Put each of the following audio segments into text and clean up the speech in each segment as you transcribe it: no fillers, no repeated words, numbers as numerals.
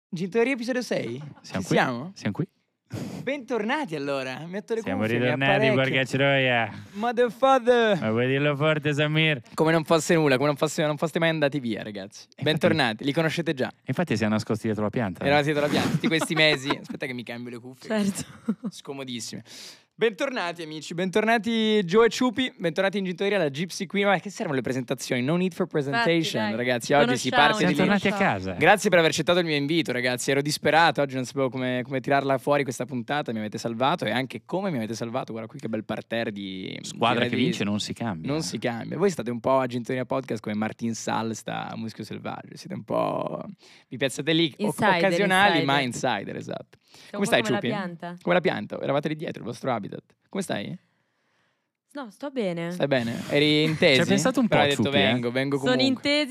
Gintoria episodio 6? Siamo Ci qui? siamo? Siamo qui? Bentornati allora. Metto le Siamo cuffie, mi ritornati, apparecchio. porca troia. Motherfucker. Ma vuoi dirlo forte, Samir? Come non fosse nulla, come non foste mai andati via, ragazzi. Bentornati, li conoscete già. Infatti siamo nascosti dietro la pianta. Eravate dietro la pianta tutti questi mesi. Aspetta che mi cambio le cuffie. Certo. Scomodissime. Bentornati amici, bentornati Joe e Ciupi, bentornati in Gintoria, la Gypsy Queen. Ma che servono le presentazioni? No need for presentation, Infatti, dai. ragazzi. Oggi si parte Siamo di lì. tornati a casa. Grazie per aver accettato il mio invito, ragazzi. Ero disperato, oggi non sapevo come tirarla fuori questa puntata. Mi avete salvato e anche come mi avete salvato. Guarda qui che bel parterre di Squadra di che vince non si cambia. Non si cambia. Voi state un po' a Gintoria Podcast come Martin Sal sta a Muschio Selvaggio. Siete un po'... Vi piazzate lì Insider, occasionali, ma insider. insider, esatto. Come stai, come la Ciupi? pianta. Come la pianta, eravate lì dietro, il vostro habitat. Come stai? No, sto bene. Stai bene? Eri in tesi? Ci hai pensato un Però po', hai detto Ciupi, vengo Sono comunque. in tesi,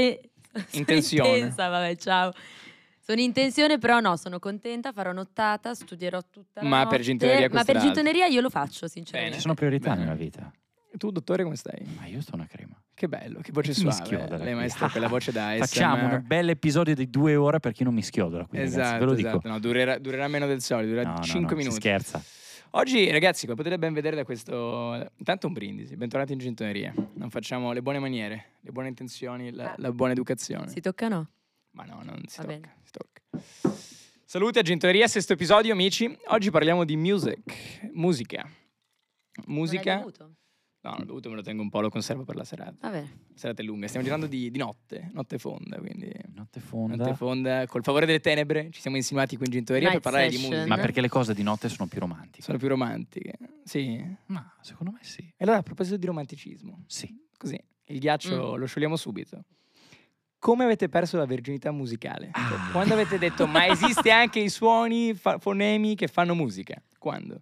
In tensione. intensa, vabbè, ciao. Sono in tensione, però no, sono contenta, farò nottata, studierò tutta la Ma notte. per Gintoneria Ma per costerà Gintoneria io lo faccio, Bene. sinceramente. Ci sono priorità Bene. nella vita. Tu, dottore, come stai? Ma io sto una crema. Che bello, che voce Chi mi suave. schioda da Lei qui? maestra, quella voce da ASMR. Facciamo un bel episodio di 2 ore per chi non mi schiodola qui, ragazzi, Esatto, ve lo esatto. dico. No, durerà meno del solito, durerà No, 5 si minuti. scherza. Oggi, ragazzi, come potete ben vedere da questo... Intanto un brindisi, bentornati in Gintoneria. Non facciamo le buone maniere, le buone intenzioni, la buona educazione. Si tocca no? Ma no, non si Va tocca, bene. si tocca. Saluti a Gintoneria, sesto episodio, amici. Oggi parliamo di musica. Non l'hai bevuto? No, non l'ho bevuto, me lo tengo un po', lo conservo per la serata. Vabbè. La serata è lunga, stiamo girando di notte fonda, quindi... Notte fonda. Notte fonda, col favore delle tenebre, ci siamo insinuati qui in Gintoneria per Night parlare di session. musica. Ma perché le cose di notte sono più romantiche? Sono più romantiche. Sì. E Ma secondo me sì. allora, a proposito di romanticismo, Sì. così, il ghiaccio lo sciogliamo subito. Come avete perso la verginità musicale? Cioè, quando avete detto, ma esiste anche i suoni fonemi che fanno musica? Quando?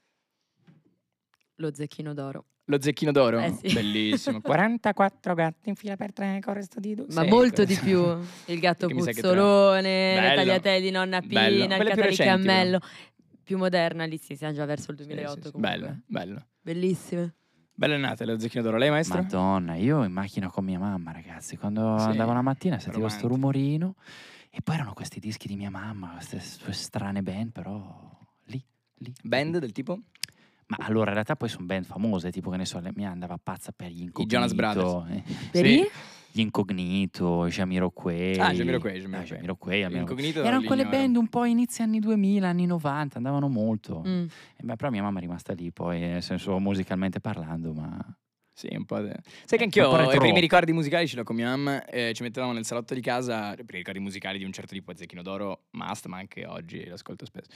Lo zecchino d'oro. Lo zecchino d'oro? Sì. Bellissimo. 44 gatti in fila per 3 con resto di 2. Ma molto di più. Il gatto Perché mi sa che puzzolone, le Bello. tagliatelle di nonna Pina, Bello. il Quelle più catalicammello. Più moderna, lì sì, siamo già verso il 2008 Sì. comunque. Bello, bello. Bellissime. Bella nata lo zecchino d'oro. Lei, maestro? Madonna, io in macchina con mia mamma, ragazzi, quando Sì. andavo la mattina sentivo sto Romantico. rumorino e poi erano questi dischi di mia mamma, queste sue strane band, però lì. Band del tipo? Ma allora in realtà poi sono band famose, tipo che ne so, mia andava pazza per gli Incognito. Jonas Brothers. Per Sì. i? Gli Incognito, i Jamiroquai. Ah, Jamiroquai. Jamiroquai, almeno. Incognito Erano quelle l'ignoro. band un po' inizi anni 2000, anni 90, andavano molto. Mm. E beh, però mia mamma è rimasta lì poi, nel senso musicalmente parlando, ma... Sì, un po'. Sai che anch'io un po' retro. i primi ricordi musicali ce l'ho con mia mamma. Ci mettevamo nel salotto di casa. I primi ricordi musicali di un certo tipo, Zecchino d'Oro, must, ma anche oggi l'ascolto spesso.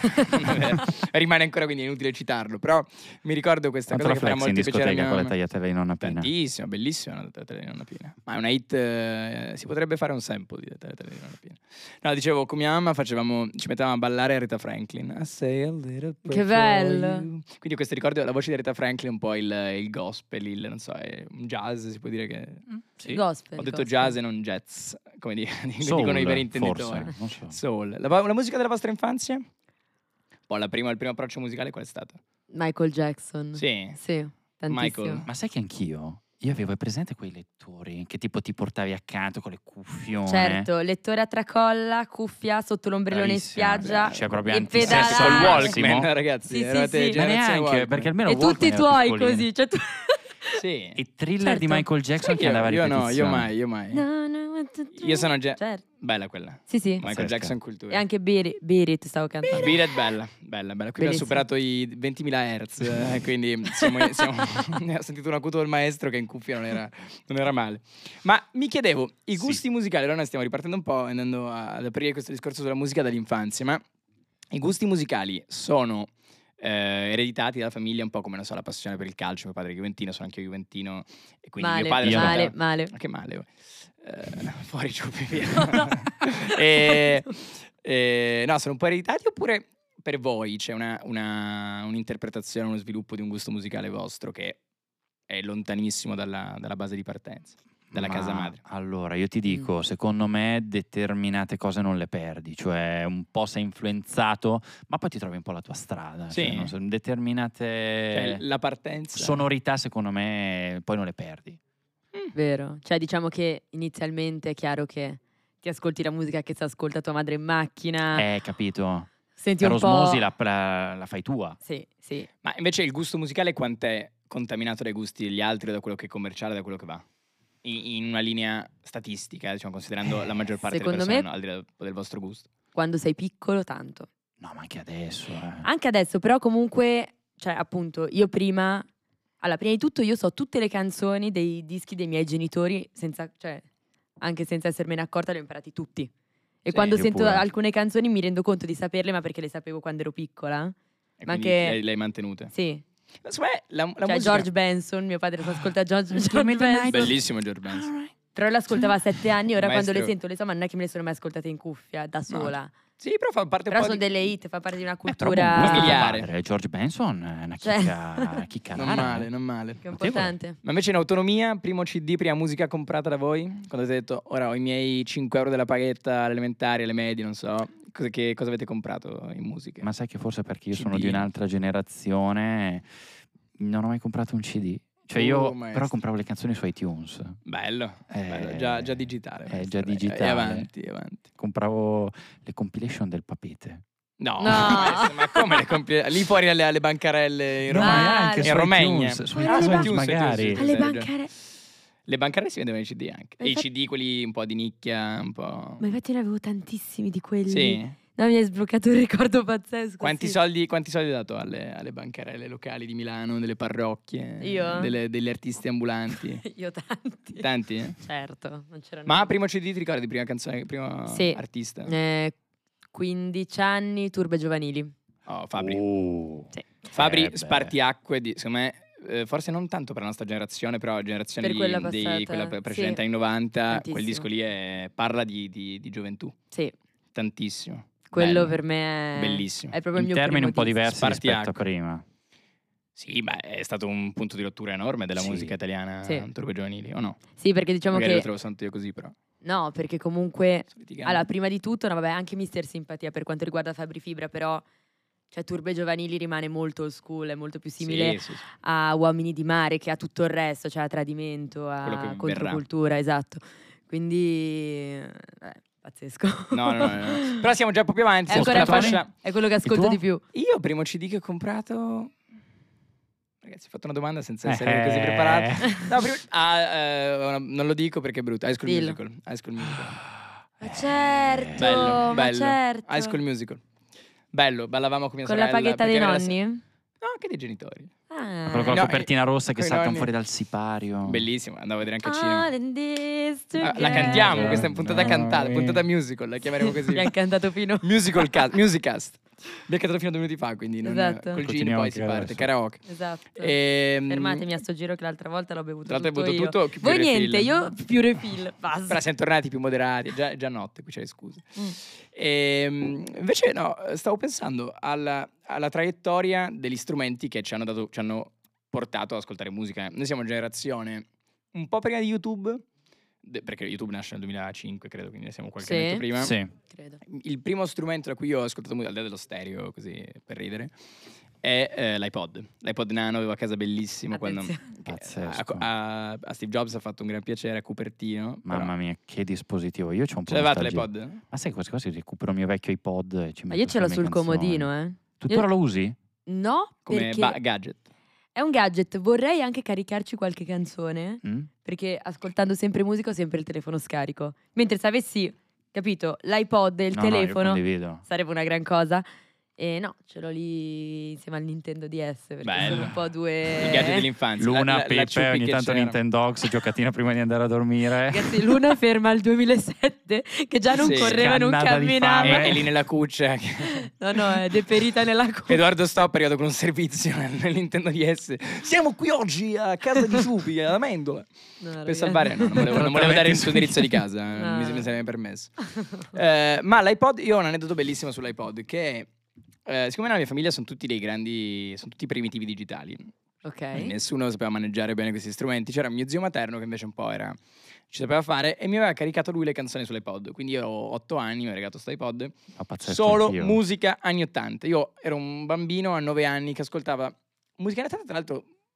Rimane ancora, quindi è inutile citarlo. Però mi ricordo questa Quanto cosa la che farà flex in molto piacere a discoteca mia con le mamma. tagliatelle di nonna Pina? Tantissimo, bellissima la tagliatella di nonna Pina. Ma è una hit. Si potrebbe fare un sample di tagliatella di nonna Pina. No, dicevo, con mia mamma ci mettevamo a ballare Aretha Franklin. I say a little prayer Che for bello. you. Quindi questo ricordo, la voce di Aretha Franklin, un po' il gospel, non so, è un jazz, si può dire che... Sì. Gospel. Ho detto gospel. jazz e non jazz, come Soul, dicono i veri intenditori. forse, non so. Soul. La musica della vostra infanzia? Poi il primo approccio musicale qual è stato? Michael Jackson. Sì. Sì, tantissimo. Michael. Ma sai che anch'io? Io avevo presente quei lettori che tipo ti portavi accanto con le cuffione. Certo, lettore a tracolla, cuffia sotto l'ombrellone in Bravissima. spiaggia. Cioè, proprio e antisesso pedalare. Col Massimo. Walkman, ragazzi. Sì, sì, eravate sì. Ma generazione neanche, Walkman. perché almeno E Walkman tutti i era tuoi piccolino. così. Cioè tu... Sì. E thriller di Certo. Michael Jackson Sai che andava a io ripetizione. io mai. No, no, what to do. Io sono già... Certo. Bella quella. Sì, sì. Michael Pazzesca. Jackson cultura. E anche Beat It stavo cantando. Beat It, bella. Qui abbiamo Bellissimo. superato i 20.000 Hz, quindi ho sentito un acuto del maestro che in cuffia non era male. Ma mi chiedevo, i gusti musicali, allora noi stiamo ripartendo un po', andando ad aprire questo discorso sulla musica dall'infanzia, ma i gusti musicali sono ereditati dalla famiglia, un po' come, non so, la passione per il calcio. Mio padre è juventino, sono anche io juventino, e quindi Male, mio padre male, ascoltava- male. Ma che male, oh. Fuori giù, via. No. No, sono un po' ereditati, oppure per voi c'è un'interpretazione, uno sviluppo di un gusto musicale vostro che è lontanissimo dalla base di partenza, dalla casa madre? Allora, io ti dico, secondo me determinate cose non le perdi, cioè un po' sei influenzato, ma poi ti trovi un po' la tua strada. Sì. Cioè, non so, determinate Cioè, la partenza... sonorità, secondo me, poi non le perdi. Vero. Cioè diciamo che inizialmente è chiaro che ti ascolti la musica che si ascolta tua madre in macchina. Capito. Senti Per un osmosi po'. la fai tua. Sì, sì. Ma invece il gusto musicale quant'è contaminato dai gusti degli altri, da quello che è commerciale, da quello che va? In una linea statistica, diciamo, considerando la maggior parte delle secondo persone, me- no, al di là del vostro gusto. Quando sei piccolo, tanto. No, ma anche adesso. Anche adesso, però comunque, cioè appunto, io prima... Allora, prima di tutto io so tutte le canzoni dei dischi dei miei genitori, cioè, anche senza essermene accorta, li ho imparati tutti. E Sì, quando io sento pure. alcune canzoni mi rendo conto di saperle, ma perché le sapevo quando ero piccola. E Ma quindi che- le hai mantenute. Sì. Ma secondo me la Cioè musica... George Benson, mio padre si ascolta George Midnight Benson. Bellissimo George Benson. Però l'ascoltava a 7 anni, ora quando le Maestro. sento le so, ma non è che me le sono mai ascoltate in cuffia, da sola. Sì, però fa parte Però un po' sono di... delle hit, fa parte di una Però cultura buon gusto familiare. padre. George Benson è una Cioè- chicca Non rara. male, non male. che è importante. Ma invece in autonomia, primo CD, prima musica comprata da voi? Quando avete detto, ora ho i miei 5 euro della paghetta alle elementari, alle medie, non so. Cosa avete comprato in musica? Ma sai che forse perché io CD. sono di un'altra generazione, non ho mai comprato un CD. Cioè io maestro. però compravo le canzoni su iTunes. Bello, bello. Già digitale. È maestro, già digitale. E avanti, e avanti. Compravo le compilation del Papete. No, No. maestro, ma come le lì fuori alle bancarelle in No, Romagna? ma anche in su Romagna. iTunes, su Ah, iTunes su iTunes, magari. sì, Alle hai ragione. bancarelle. Le bancarelle si vendono i CD anche. E i infatti- CD quelli un po' di nicchia, un po'... Ma infatti ne avevo tantissimi di quelli. Sì. No, mi hai sbloccato un ricordo pazzesco. Quanti sì. soldi hai dato alle bancarelle locali di Milano, delle parrocchie? Io? Degli artisti ambulanti? Io tanti. Tanti? Certo, non c'erano. Ma primo CD ti ricordi, prima canzone, primo Sì. artista? 15 anni, Turbe Giovanili. Oh, Fabri. Sì. Fabri, beh. spartiacque, secondo me, forse non tanto per la nostra generazione, però la generazione Per quella di passata, quella precedente, sì. anni 90, Tantissimo. quel disco lì parla di gioventù, Sì, tantissimo. quello Bello. per me è Bellissimo. È proprio il In mio termini primo un po' disco. diversi rispetto a Spartiacque. prima. Sì, beh, è stato un punto di rottura enorme della Sì. musica italiana, Sì. Turbe Giovanili, o no? Sì, perché diciamo Magari lo che trovo santo io così, però. no, perché comunque Sto litigando. allora, prima di tutto, no, vabbè, anche Mister Simpatia per quanto riguarda Fabri Fibra, però cioè Turbe Giovanili rimane molto old school, è molto più simile Sì, sì, sì. a Uomini di Mare che a tutto il resto, cioè a tradimento, Quello che a controcultura, verrà. esatto. Quindi pazzesco. No. Però siamo già un po' più avanti, È siamo ancora sulla fuori? fascia... È quello che ascolto tuo? di più. Io primo CD che ho comprato... Ragazzi, ho fatto una domanda senza essere così preparato. No, non lo dico perché è brutto. High School Dillo. Musical. High School Musical. Ma certo, Bello, ma bello. certo. High School Musical. Bello, ballavamo con mia Con la sorella. paghetta perché dei era nonni? No, anche dei genitori. Ah. Quello con la No, copertina rossa che coi saltano nonni. fuori dal sipario. Bellissimo, andavo a vedere anche al cinema. All in this La together. cantiamo, questa è puntata No, cantata, puntata musical, la chiameremo così. Abbiamo cantato fino. Musicast. Abbiamo cantato fino a 2 minuti fa, quindi Esatto. col gin Continuiamo poi si anche parte, adesso. karaoke. Esatto. Fermatemi Fermatemi a sto giro che l'altra volta l'ho bevuto Tra l'altro tutto hai io. bevuto tutto, più Voi refill. niente, io più refill. Basta. Però siamo tornati più moderati, è già notte, qui c'è le scuse. Mm. Invece no, stavo pensando alla traiettoria degli strumenti che ci hanno portato ad ascoltare musica. Noi siamo una generazione un po' prima di YouTube, perché YouTube nasce nel 2005, credo, quindi ne siamo qualche Sì. annetto prima. Sì. Credo. Il primo strumento da cui io ho ascoltato musica, al di là dello stereo, così per ridere, è l'iPod. L'iPod Nano avevo a casa bellissimo quando Attenzione. che Pazzesco. a Steve Jobs ha fatto un gran piacere, a Cupertino. Mamma mia, che dispositivo. Io c'ho un po' Ce l'avete nostalgia. l'iPod? Ma sai, quasi quasi recupero il mio vecchio iPod e ci Ma metto io ce l'ho sulle sul mie canzoni. comodino, Tuttora lo usi? No, Come perché gadget. è un gadget. Vorrei anche caricarci qualche canzone, Mm? perché ascoltando sempre musica ho sempre il telefono scarico. Mentre se avessi, capito, l'iPod e il No, no, io telefono, condivido. sarebbe una gran cosa. E no, ce l'ho lì insieme al Nintendo DS, perché Bello. sono un po' due... Il gadget dell'infanzia. Luna, la Peppe, ciupi ogni che tanto c'era. Nintendox, giocatina prima di andare a dormire. Ragazzi, Luna ferma al 2007, che già non Sì. correva, non Scannata di camminava. fame. È lì nella cuccia. No, no, è deperita nella cuccia. Edoardo Stop è arrivato con un servizio nel Nintendo DS. Siamo qui oggi a casa di Ciupi, ad Amendola. No, Per ragazzi. salvare, no, non volevo dare il suo indirizzo di casa, No. mi sarebbe permesso. Ma l'iPod, io ho un aneddoto bellissimo sull'iPod, che siccome nella mia famiglia sono tutti sono tutti primitivi digitali. Ok. Quindi nessuno sapeva maneggiare bene questi strumenti. C'era mio zio materno che invece un po' ci sapeva fare e mi aveva caricato lui le canzoni sull'iPod. Quindi io ho 8 anni, mi ha regalato sto iPod. Ma pazzesco Solo anch'io. musica anni 80. Io ero un bambino a 9 anni che ascoltava musica anni 80, tra l'altro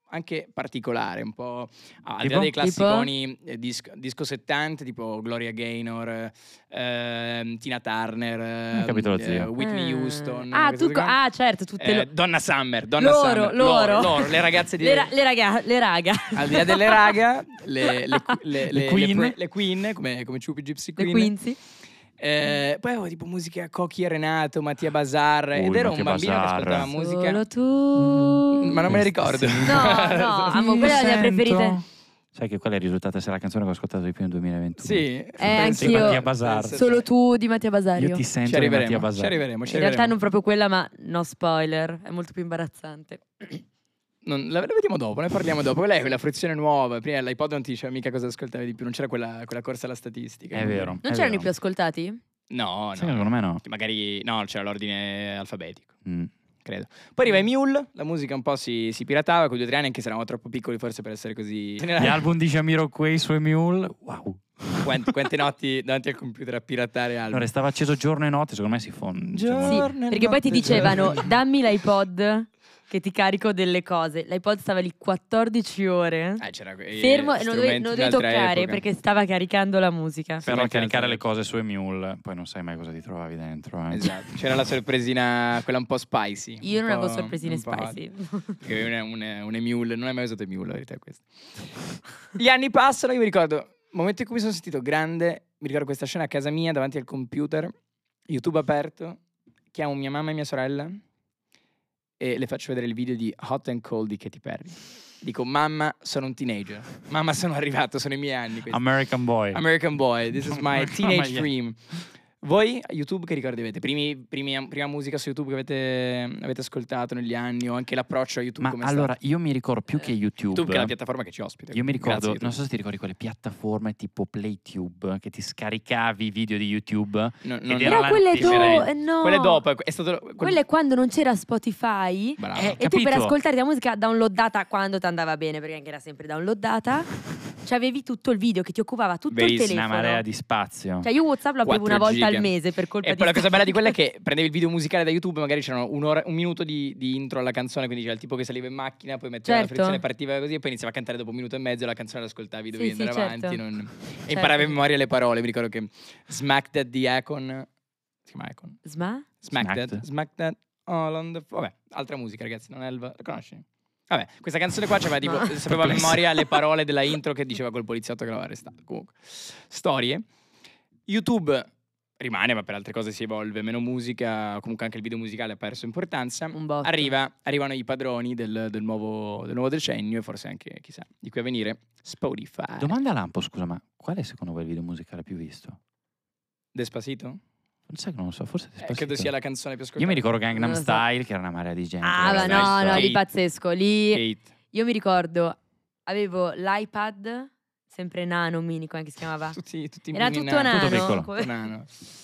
anche particolare, un po' al di Tipo? là dei classiconi disco 70, tipo Gloria Gaynor, Tina Turner, capito lo zio. Whitney Houston. Ah, queste cose qua. certo, tutte Donna Summer, loro. le ragazze di... le raga. Al di là delle raga, le Queen. le Queen, come Chupi Gypsy Le Queen. Quincy. Poi avevo tipo musica Cocchi e Renato, Mattia Bazar, ed ero un Mattia bambino che Bazar. ascoltava musica. Solo tu. Ma non me ne ricordo. No, amo, quella è la mia preferita. Sai che quella è risultata essere la canzone che ho ascoltato di più nel 2021. Sì, anch'io. Mattia Bazar. Solo tu di Mattia Basario. Io ti sento Ci arriveremo, Mattia Bazar. ci arriveremo. In realtà non proprio quella, ma no spoiler, è molto più imbarazzante. La vediamo dopo, ne parliamo dopo. Quella è quella fruizione nuova. Prima l'iPod non ti diceva mica cosa ascoltavi di più, non c'era quella corsa alla statistica. È vero. Non c'erano i più ascoltati? No, Sai che no. secondo me no. Magari no, c'era l'ordine alfabetico, Mm. credo. Poi arriva i Mule, la musica un po' si piratava con 2 o 3 anni, anche se eravamo troppo piccoli forse per essere così. Gli album di Jamiroquai sui Mule, wow. Quante notti davanti al computer a piratare album. No, restava acceso giorno e notte, secondo me si fonde. Sì, Giorno e perché poi ti notte, dicevano giorno. dammi l'iPod che ti carico delle cose. L'iPod stava lì 14 ore. C'era Fermo e non dovevi toccare perché stava caricando la musica. Però Strumenti caricare altre le cose sui Mule, poi non sai mai cosa ti trovavi dentro. Esatto, c'era la sorpresina, quella un po' spicy. Io un non po'- avevo sorpresine un po' spicy. Perché un Emule, non hai mai usato Emule, la verità è questa. Gli anni passano, io mi ricordo, il momento in cui mi sono sentito grande, mi ricordo questa scena a casa mia, davanti al computer, YouTube aperto, chiamo mia mamma e mia sorella e le faccio vedere il video di Hot and Cold di Katy Perry. Dico, mamma, sono un teenager. Mamma, sono arrivato, sono i miei anni questi. American Boy. American Boy, this is my teenage yeah. dream. Voi, YouTube, che ricordi avete? Prima musica su YouTube che avete ascoltato negli anni, o anche l'approccio a YouTube Ma come allora, io mi ricordo più che YouTube. YouTube che è la piattaforma che ci ospita. Io mi ricordo, Grazie, YouTube. non so se ti ricordi quelle piattaforme tipo PlayTube che ti scaricavi i video di YouTube. Non- ed Però Però quelle differente. no. Quelle dopo, è stato... Quelle quando non c'era Spotify. Brava. E tu Capito? per ascoltare la musica downloadata quando ti andava bene, perché anche era sempre downloadata, c'avevi tutto il video che ti occupava tutto Verissimo. il telefono. Una marea di spazio. Cioè io WhatsApp lo aprivo 4 una volta giga. al mese per colpa E di poi la cosa sta- bella di quella è che prendevi il video musicale da YouTube, magari c'erano un minuto di intro alla canzone, quindi c'era il tipo che saliva in macchina, poi metteva Certo. la frizione, partiva così e poi iniziava a cantare dopo 1 minuto e mezzo, la canzone l'ascoltavi, dovevi Sì, andare sì, avanti. certo. E imparavi a memoria le parole. Mi ricordo che Smack That the Icon. Si chiama Icon? Sma? Smack That all on the... Vabbè, altra musica, ragazzi, non è la conosci? Vabbè, questa canzone qua c'aveva tipo, No. sapeva a memoria le parole della intro che diceva quel poliziotto che l'aveva arrestato. Comunque, storie. YouTube rimane, ma per altre cose si evolve, meno musica, comunque anche il video musicale ha perso importanza. Un botto. Arrivano i padroni del nuovo decennio e forse anche, chissà, di qui a venire, Spotify. Domanda lampo, scusa, ma qual è secondo voi il video musicale più visto? Despacito? Non sai che non lo so, forse Despacito. Credo sia la canzone più ascoltata. Io mi ricordo Gangnam Non lo so. Style, che era una marea di gente. Ah, ma Gangnam no, Style. lì pazzesco. Lì Kate. io mi ricordo, avevo l'iPad, sempre nano, minico, anche si chiamava. Tutti Era mini tutto nani. nano. piccolo. come- Nano.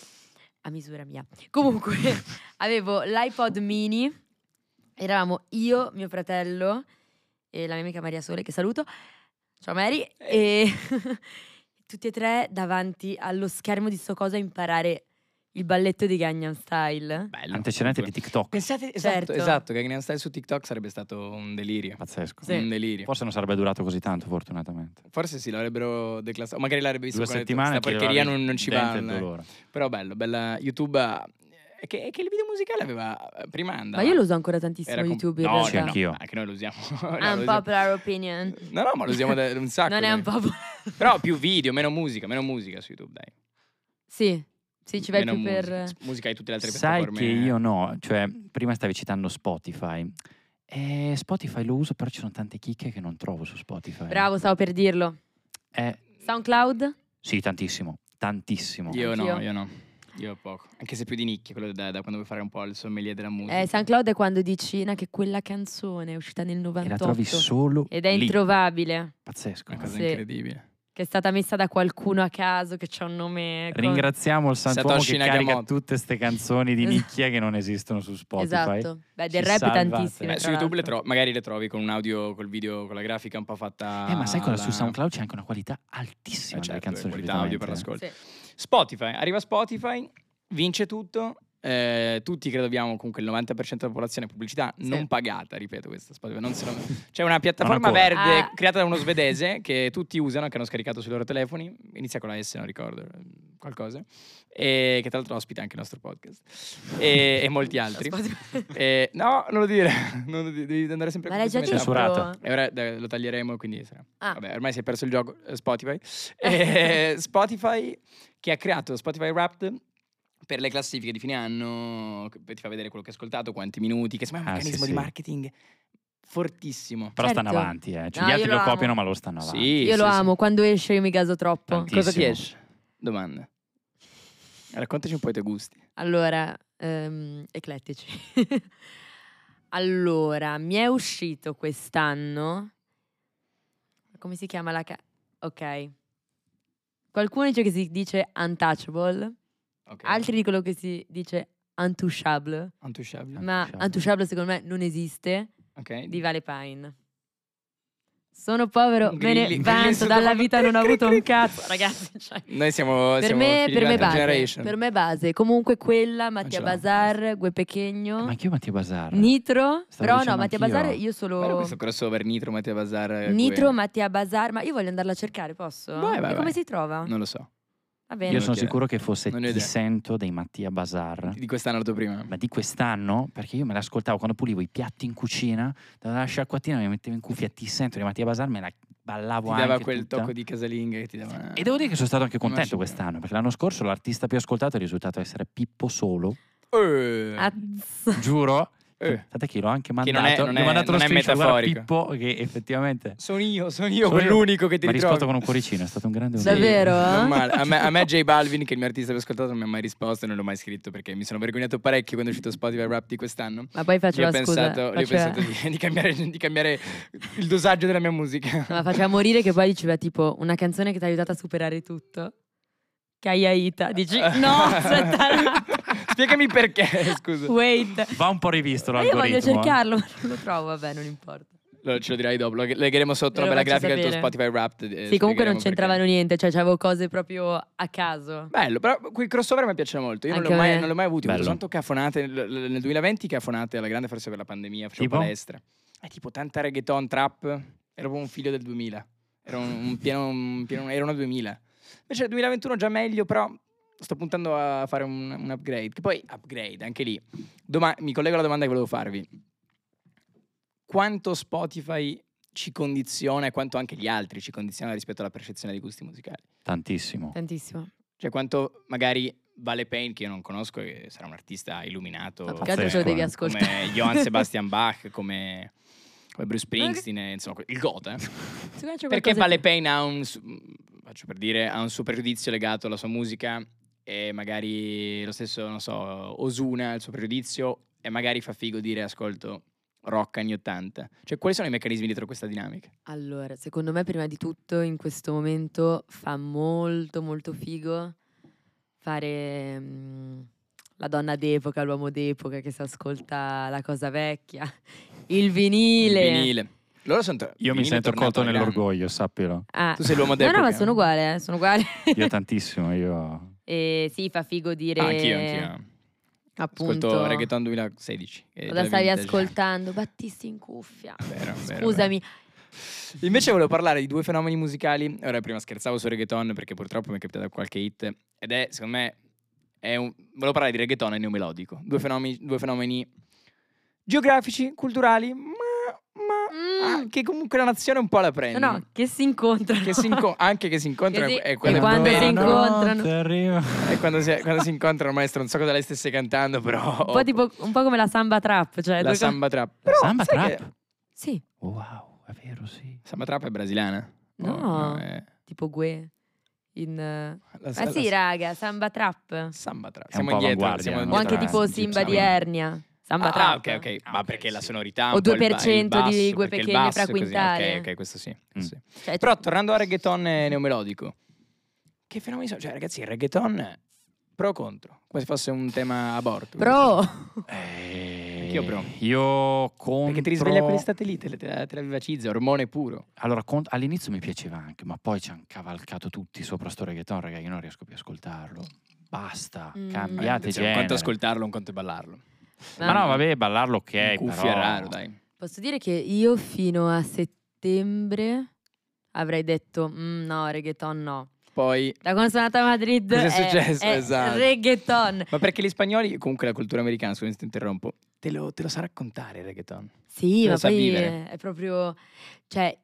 A misura mia. Comunque, avevo l'iPod mini. Eravamo io, mio fratello e la mia amica Maria Sole, che saluto. Ciao Mary. E tutti e tre davanti allo schermo di sto coso a imparare il balletto di Gangnam Style. Bello. Antecedente di comunque. TikTok. Pensate, Certo. esatto, che Gangnam Style su TikTok sarebbe stato un delirio. Pazzesco. Sì. Un delirio. Forse non sarebbe durato così tanto, fortunatamente. Forse sì, l'avrebbero declassato. O magari l'avrebbe visto 2 con le settimane. questa porcheria tiravi non ci dente va. e dolore. Però bello, bella YouTube. Che il video musicale aveva prima andava. Ma io lo uso ancora tantissimo Era YouTube in no, realtà. sì, anch'io. Anche noi lo usiamo. No, lo usiamo. Unpopular opinion. No, ma lo usiamo da un sacco. Non è dai. un po'. Però più video, meno musica su YouTube, dai. Sì, ci vai Meno più per. musica e tutte le altre Sai piattaforme. che io no, cioè prima stavi citando Spotify. E Spotify lo uso, però ci sono tante chicche che non trovo su Spotify. Bravo, stavo per dirlo. SoundCloud? Sì, tantissimo, tantissimo. Io Anch'io. no. Io poco. Anche se più di nicchia, quello da quando vuoi fare un po' il sommelier della musica. SoundCloud è quando dici che quella canzone è uscita nel E 98 la trovi solo ed è lì. introvabile, Pazzesco. Una cosa Sì. incredibile. che è stata messa da qualcuno a caso che c'ha un nome Ringraziamo il santuomo Satoshi che carica Nakamoto. tutte ste canzoni di nicchia che non esistono su Spotify. Esatto. Beh, del Ci rap salvate. tantissime. Su tra YouTube l'altro. magari le trovi con un audio, col video, con la grafica un po' fatta. Ma sai cosa? Su alla- SoundCloud c'è anche una qualità altissima delle certo, canzoni. qualità audio per solitamente. l'ascolto. Sì. Spotify, arriva Spotify, vince tutto. tutti credo abbiamo comunque il 90% della popolazione pubblicità Sì. non pagata, ripeto questo Spotify, c'è una piattaforma Non ancora. verde creata da uno svedese che tutti usano, che hanno scaricato sui loro telefoni, inizia con la S, non ricordo, qualcosa, e che tra l'altro ospita anche il nostro podcast e molti altri. No, non lo dire, devi andare sempre Ma l'hai già con detto? questa metafora. Censurato. E ora lo taglieremo, quindi sarà. Ah. Vabbè, ormai si è perso il gioco, Spotify. Spotify che ha creato Spotify Wrapped per le classifiche di fine anno, che ti fa vedere quello che hai ascoltato, quanti minuti, che sembra un Ah, sì, meccanismo sì. di marketing fortissimo. Però Certo. stanno avanti, Cioè, No, gli io altri lo lo amo. copiano, ma loro stanno avanti. Sì, Io lo amo, quando esce io mi gaso troppo. Tantissimo. Cosa ti esce? Domanda. Raccontaci un po' i tuoi gusti. Allora, eclettici. Allora, mi è uscito quest'anno. Come si chiama ok. Qualcuno dice che si dice untouchable, Okay. altri dicono che si dice untouchable. Untouchable. Ma Untouchable. untouchable secondo me non esiste, Ok. di Vale Pine. Sono povero, me Grilli- ne grilli vanto, sotto dalla fondo. vita non ho avuto un Cric, cric. cazzo. Ragazzi, cioè, Noi siamo per siamo me, figli per di me un'altra base, generation. per me base. Comunque quella, Mattia ce l'ho. Bazar, Gue Pechegno, Ma anch'io Mattia Bazar. Nitro, Stavo però no, dicendo Mattia anch'io. Bazar io Guarda solo... questo crossover Nitro, Mattia Bazar. Nitro, Gue. Mattia Bazar, ma io voglio andarla a cercare, posso? Vai, vai, E come vai. si trova? Non lo so. Va bene. Io Non sono lo chiedo. sicuro che fosse Non ne ho Ti idea. sento dei Mattia Bazar. Di quest'anno la tua prima. Ma di quest'anno, perché io me l'ascoltavo quando pulivo i piatti in cucina, dalla sciacquattina mi mettevo in cuffia Ti sento dei Mattia Bazar, me la ballavo Ti anche dava quel tutta. tocco di casalinga che ti dava. E devo dire che sono stato anche Una contento scimmia. quest'anno, perché l'anno scorso l'artista più ascoltato è risultato essere Pippo Solo. Azz. Giuro. Eh. Sapete che l'ho anche Che mandato. non Gli ho è- mandato lo non è screenshot, guarda, metaforico. Pippo, che effettivamente... Sono io Sono quell'unico che ti Mi ha risposto ritrovi. con un cuoricino, è stato un grande Sì, onore. Davvero? non male. A me J Balvin, che è il mio artista più ascoltato, non mi ha mai risposto e non l'ho mai scritto perché mi sono vergognato parecchio quando è uscito Spotify Rap di quest'anno. Ma poi Gli faceva ho scusa. pensato di cambiare il dosaggio della mia musica. No, ma faceva morire che poi diceva tipo una canzone che ti ha aiutato a superare tutto. Kayaita. Dici no, aspetta. Spiegami perché, scusa. Wait. Va un po' rivisto Ma io l'algoritmo. voglio cercarlo, ma non lo trovo, vabbè, non importa. Ce lo dirai dopo, lo legheremo sotto Te una lo bella faccio grafica del tuo sapere. Spotify Wrapped. Sì, comunque non c'entravano niente, cioè c'avevo cose proprio a caso. Bello, però quei crossover mi piacciono molto. Io non Anche li ho a mai, me. non li ho mai avuti. Ho avuto Bello. tanto cafonate nel 2020, cafonate alla grande, forse per la pandemia. Facevo Tipo? palestra. Tipo tanta reggaeton, trap. Ero proprio un figlio del 2000. Ero era una 2000. Invece nel 2021 già meglio, però sto puntando a fare un upgrade. Che poi upgrade, anche lì. Mi collego alla domanda che volevo farvi. Quanto Spotify ci condiziona e quanto anche gli altri ci condiziona rispetto alla percezione dei gusti musicali? Tantissimo. Tantissimo. Cioè quanto magari Vale Payne, che io non conosco, che sarà un artista illuminato Ma più che altro ce Pazzesco, lo devi eh. ascoltare. come Johann Sebastian Bach, come Bruce Springsteen, insomma, il goth, Secondo me c'è Perché qualcosa Vale che- Payne faccio per dire, ha un suo pregiudizio legato alla sua musica e magari lo stesso, non so, Ozuna ha il suo pregiudizio e magari fa figo dire ascolto rock anni 80. Cioè, quali sono i meccanismi dietro questa dinamica? Allora, secondo me prima di tutto in questo momento fa molto molto figo fare la donna d'epoca, l'uomo d'epoca che si ascolta la cosa vecchia, il vinile. Il vinile. Loro sono Io mi sento colto nell'orgoglio, sappilo. Ah. Tu sei l'uomo No, d'epoca. no, ma sono uguale, sono uguale. Io tantissimo, io... E sì, fa figo dire Anch'io. appunto Ascolto Reggaeton 2016. che è cosa già stavi vintage. ascoltando? Battisti in cuffia. Vero, vero, Scusami. Invece volevo parlare di due fenomeni musicali. Ora prima scherzavo su reggaeton perché purtroppo mi è capitato qualche hit. Ed è, secondo me, volevo parlare di reggaeton e neomelodico. Due fenomeni geografici, culturali, ma che comunque la nazione un po' la prende. No, che si incontrano. Anche che si incontrano. Che sì, è quello e quando vero. si incontrano. Arriva. E quando si incontrano, maestro, non so cosa lei stesse cantando, però... Un po' come la samba trap, cioè la due samba trap. La Però, samba sai trap? che Sì, Oh, wow, è vero, sì. Samba trap è brasiliana? No. è... tipo Gue. La, Ma sì, raga, samba trap. Samba trap. È Siamo un po' indietro. avanguardia, Siamo no? O anche indietro. tipo Simba di Ernia. Samba Ah, trap. ok. Ma ok, perché la sì. sonorità O un po' il 2% basso, di Gue perché il Pechegno basso fra è così. quintale. Ok, questo sì. Mm. sì. Cioè, Però tornando a reggaeton neomelodico, che fenomeni sono? Cioè, ragazzi, il reggaeton pro o contro? Come se fosse un tema aborto. Bro. Anch'io pro. Io contro... Perché ti risveglia quell'estate lì, te la vivacizza, ormone puro. Allora, all'inizio mi piaceva anche, ma poi ci hanno cavalcato tutti sopra sto reggaeton, raga, io non riesco più a ascoltarlo. Basta, Mm. cambiate Un genere. conto ascoltarlo, un conto è ballarlo. Ma no, vabbè, ballarlo ok, In cuffia però... è raro, dai. Posso dire che io fino a settembre avrei detto no, reggaeton no. Poi, Da quando sono andata a Madrid Cos'è successo? è Esatto. reggaeton. ma perché gli spagnoli, comunque la cultura americana, scusami se ti interrompo, te lo sa raccontare il reggaeton. Sì, Lo ma sa poi vivere. è proprio, cioè,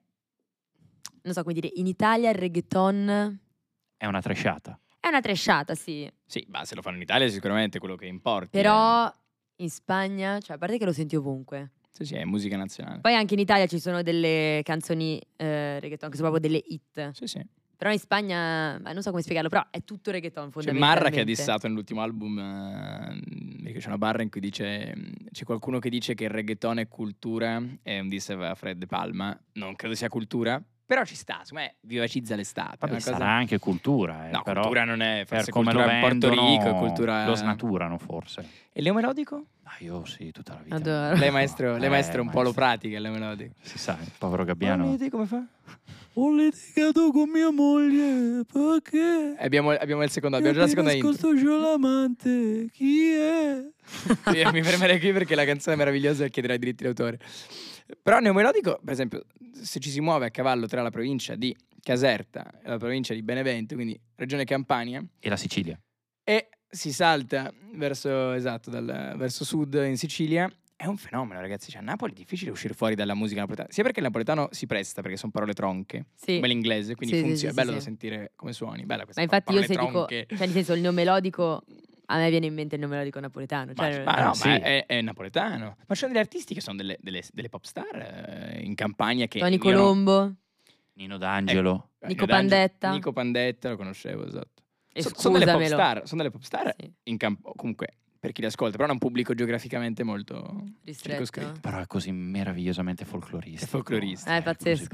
non so come dire, in Italia il reggaeton È una tresciata. è una tresciata, sì. Sì, ma se lo fanno in Italia è sicuramente quello che importi. Però in Spagna, cioè, a parte che lo senti ovunque. Sì, sì, è musica nazionale. Poi anche in Italia ci sono delle canzoni reggaeton che sono proprio delle hit. Sì, sì. Però in Spagna, non so come spiegarlo, però è tutto reggaeton C'è fondamentalmente. Marra che ha dissato nell'ultimo album, perché c'è una barra in cui dice, c'è qualcuno che dice che il reggaeton è cultura, è un diss a Fred De Palma, non credo sia cultura, però ci sta, secondo me vivacizza l'estate. è Vabbè, una cosa- sarà anche cultura, No, però cultura non è, per forse come lo cultura in Porto vendono, Rico, cultura... lo snaturano forse. E Leo Melodico? Ah, io sì, tutta la vita. Adoro. Lei maestro un po' lo maestro. pratica, Leo Melodico. Si sa, il povero Gabbiano. Volete come fa? Ho litigato con mia moglie perché Abbiamo il secondo, abbiamo già la seconda intro. c'ho l'amante. Chi è? Io mi fermerei qui perché la canzone è meravigliosa e chiederai i diritti d'autore. Però Neomelodico, per esempio, se ci si muove a cavallo tra la provincia di Caserta e la provincia di Benevento, quindi regione Campania, E la Sicilia. e si salta verso, esatto, verso sud in Sicilia, è un fenomeno, ragazzi. Cioè, a Napoli è difficile uscire fuori dalla musica napoletana, sia perché il napoletano si presta, perché sono parole tronche, Sì. come l'inglese, quindi Sì, sì, funziona, sì, è bello sì, da sì. sentire come suoni, bella questa Ma infatti io parole se dico, tronche. cioè nel senso il neomelodico, a me viene in mente il neomelodico napoletano. Cioè, Ma no, sì. ma è napoletano. Ma ci sono degli artisti che sono delle pop star in Campania che Tony io non- Colombo, Nino D'Angelo. Nico Pandetta. Nico Pandetta, lo conoscevo, esatto. E Sono delle pop scusamelo. star Sì, in campo, comunque per chi le ascolta, però è un pubblico geograficamente molto ristretto. circoscritto. Però è così meravigliosamente folcloristico. È folclorista. È pazzesco.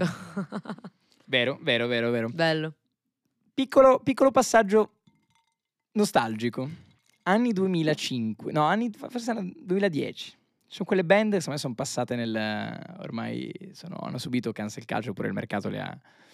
Vero. Bello. Piccolo passaggio nostalgico. Anni 2005, no, forse erano 2010. Sono quelle band che secondo me sono passate ormai hanno subito cancel culture, oppure il mercato le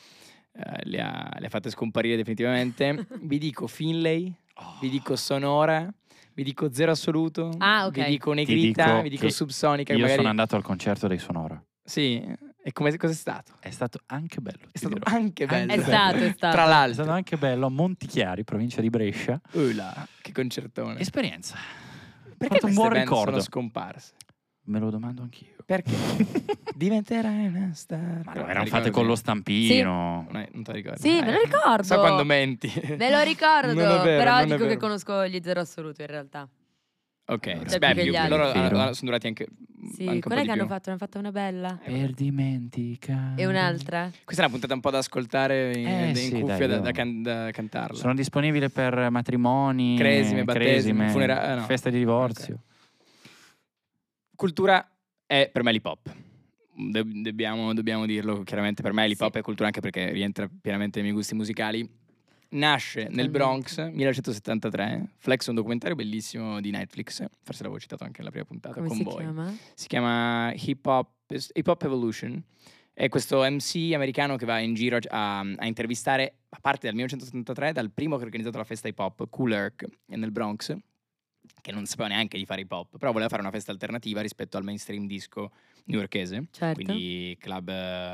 ha fatte scomparire definitivamente. Vi dico Finlay, vi dico Sonora, vi dico Zero Assoluto, Ah, ok. vi dico Ti Negrita, dico vi dico che Subsonica. Io magari... sono andato al concerto dei Sonora. Sì, e cos'è stato? È stato anche bello. È stato anche bello. È stato. Tra È stato l'altro. anche bello a Montichiari, provincia di Brescia. Ula, che concertone. Esperienza. Perché fatto un queste buon band ricordo. sono scomparse? Me lo domando anch'io. Perché? Diventerai una star. Ma Però no, mi erano ricordo fatte con lo bene. stampino. Non te lo ricordo. Sì, me lo ricordo. So quando menti. Me lo ricordo, Non è vero, però non è dico che vero. conosco gli Zero Assoluto in realtà. Ok, Cioè, beh, più che gli altri. loro Vero. sono durati anche Sì, anche un qual po' è di che hanno più. fatto? Ne hanno fatta una bella. Per dimenticare. E un'altra? Questa è una puntata un po' da ascoltare in sì, cuffia dai, da cantarla. Sono disponibile per matrimoni, Cresime, battesimi, funerali, no. feste di divorzio. Cultura è per me l'hip hop. Dobbiamo dirlo chiaramente, per me l'hip hop Sì. è cultura anche perché rientra pienamente nei miei gusti musicali. Nasce nel Totalmente. Bronx 1973. Flex è un documentario bellissimo di Netflix, forse l'avevo citato anche nella prima puntata Come con si voi. chiama? Si chiama Hip Hop Evolution. È questo MC americano che va in giro a intervistare, a parte dal 1973, dal primo che ha organizzato la festa hip hop, Kool Herc, nel Bronx, che non sapeva neanche di fare hip hop, però voleva fare una festa alternativa rispetto al mainstream disco newyorkese. Certo. Quindi Club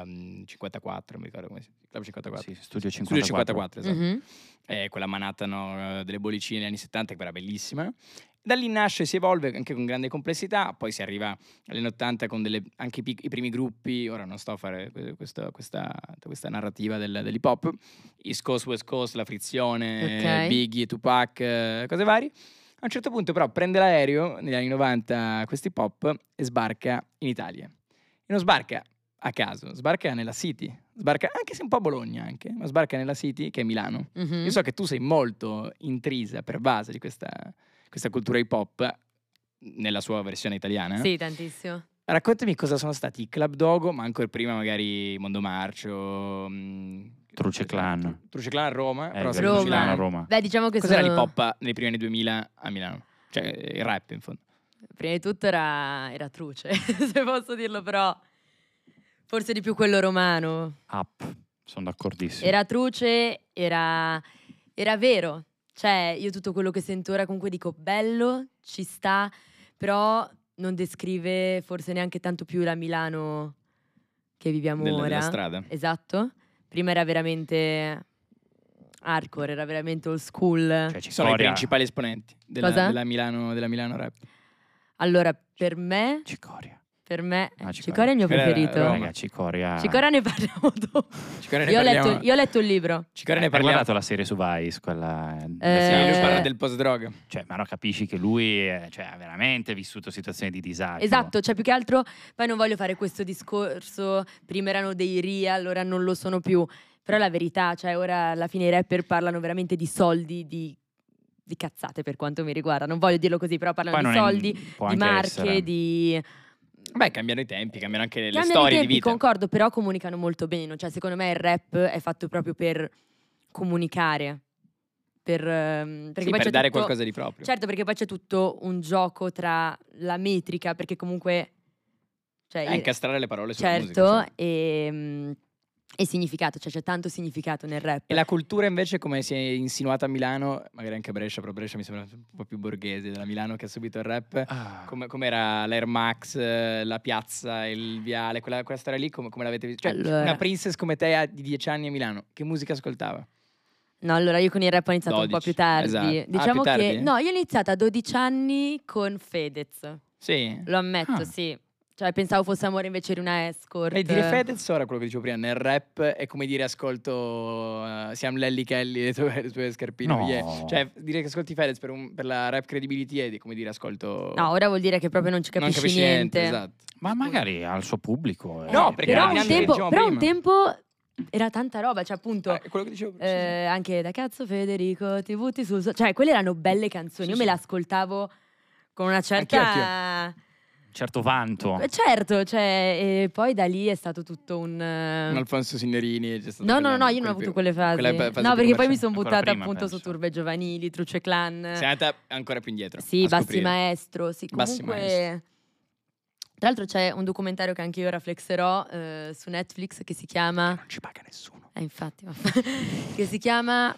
54, non mi ricordo come si chiama. Club 54. Sì, Studio Studio 54. 54, esatto. Mhm. Quella Manhattan delle bollicine negli anni 70 che era bellissima. Da lì nasce, si evolve anche con grande complessità, poi si arriva agli anni 80 con anche i primi gruppi. Ora non sto a fare questa narrativa dell'hip hop, East Coast, West Coast, la frizione, Ok. Biggie, Tupac, cose varie. A un certo punto però prende l'aereo negli anni 90 questi hip hop e sbarca in Italia. E non sbarca a caso, sbarca nella City, sbarca anche se un po' a Bologna anche, ma sbarca nella City che è Milano. Mhm. Io so che tu sei molto intrisa, pervasa di questa cultura hip hop nella sua versione italiana. Sì, tantissimo. Raccontami cosa sono stati i Club Dogo, ma ancora prima magari Mondo Marcio, Truce Clan. Truce Clan a Roma, però vero, sempre a Roma. Milano. a Roma. Beh, diciamo che Cos'era sono... l'hip hop nei primi anni 2000 a Milano? Cioè il rap in fondo. Prima di tutto era truce, se posso dirlo, però forse di più quello romano. Up. Sono d'accordissimo. Era truce, era vero. Cioè, io tutto quello che sento ora comunque dico bello, ci sta, però non descrive forse neanche tanto più la Milano che viviamo ora. Della strada. Esatto. Prima era veramente hardcore, era veramente old school. Cioè, Ci sono i principali esponenti Cosa? della Milano rap. Allora, per me, Cicoria. Cicoria è il mio Cicoria era preferito. Roma. Raga, Cicoria. Cicoria ne parliamo dopo. Cicoria ne Io ho parliamo- letto il libro. Cicoria ne Hai parliamo. guardato la serie su Vice, quella... Sì, lui Eh, parla del post-droga. Cioè, ma no, capisci che lui ha veramente vissuto situazioni di disagio. Esatto, cioè più che altro, poi non voglio fare questo discorso, prima erano dei real, ora non lo sono più, però la verità, cioè ora alla fine i rapper parlano veramente di soldi, di cazzate per quanto mi riguarda, non voglio dirlo così, però parlano Poi di non è- soldi, può di anche marche, essere. di... Beh, cambiano i tempi, cambiano anche le Cambiano i storie di tempi, vita. concordo, però comunicano molto bene, cioè secondo me il rap è fatto proprio per comunicare, perché Sì, poi per c'è dare tutto- qualcosa di proprio. Certo, perché poi c'è tutto un gioco tra la metrica, perché comunque... Cioè, Incastrare le parole sulla certo, musica. Sì. e significato, cioè c'è tanto significato nel rap. E la cultura invece come si è insinuata a Milano, magari anche a Brescia, però Brescia mi sembra un po' più borghese della Milano che ha subito il rap. Ah. Come era l'Air Max, la piazza, il viale, quella storia lì, come l'avete vista? Cioè, Allora. una princess come te di 10 anni a Milano, che musica ascoltava? No, allora io con il rap ho iniziato un po' 12, più tardi. esatto. Ah, Diciamo più che tardi? no, io ho iniziato a 12 anni con Fedez. Sì. Lo ammetto, Ah. sì. Cioè pensavo fosse amore invece eri una escort. E dire Fedez ora, quello che dicevo prima, nel rap è come dire ascolto Siam Lelly Kelly, le tue scarpine. No. yeah. Cioè dire che ascolti Fedez per la rap credibility è come dire ascolto... No, ora vuol dire che proprio non ci non capisci, capisci niente. Esatto. Ma magari al suo pubblico. No, perché però, era un neanche tempo, diciamo però un prima. tempo era tanta roba, cioè appunto Quello che dicevo prima. anche da cazzo Federico ti butti sul cioè quelle erano belle canzoni, Sì, io sì. me le ascoltavo con una Anch'io. certa Certo vanto. certo, cioè e poi da lì è stato tutto un Alfonso Signorini c'è stato No, quella- io non ho quel avuto più- quelle fasi. quella fase No, più perché poi mi commerciale. sono Ancora buttata prima, appunto penso. su Turbe Giovanili, Truce Clan. Sei andata ancora più indietro. Sì, a Bassi scoprire. Maestro, sì, Bassi comunque tra l'altro c'è un documentario che anche io ora flexerò su Netflix che si chiama Non ci paga nessuno. infatti che si chiama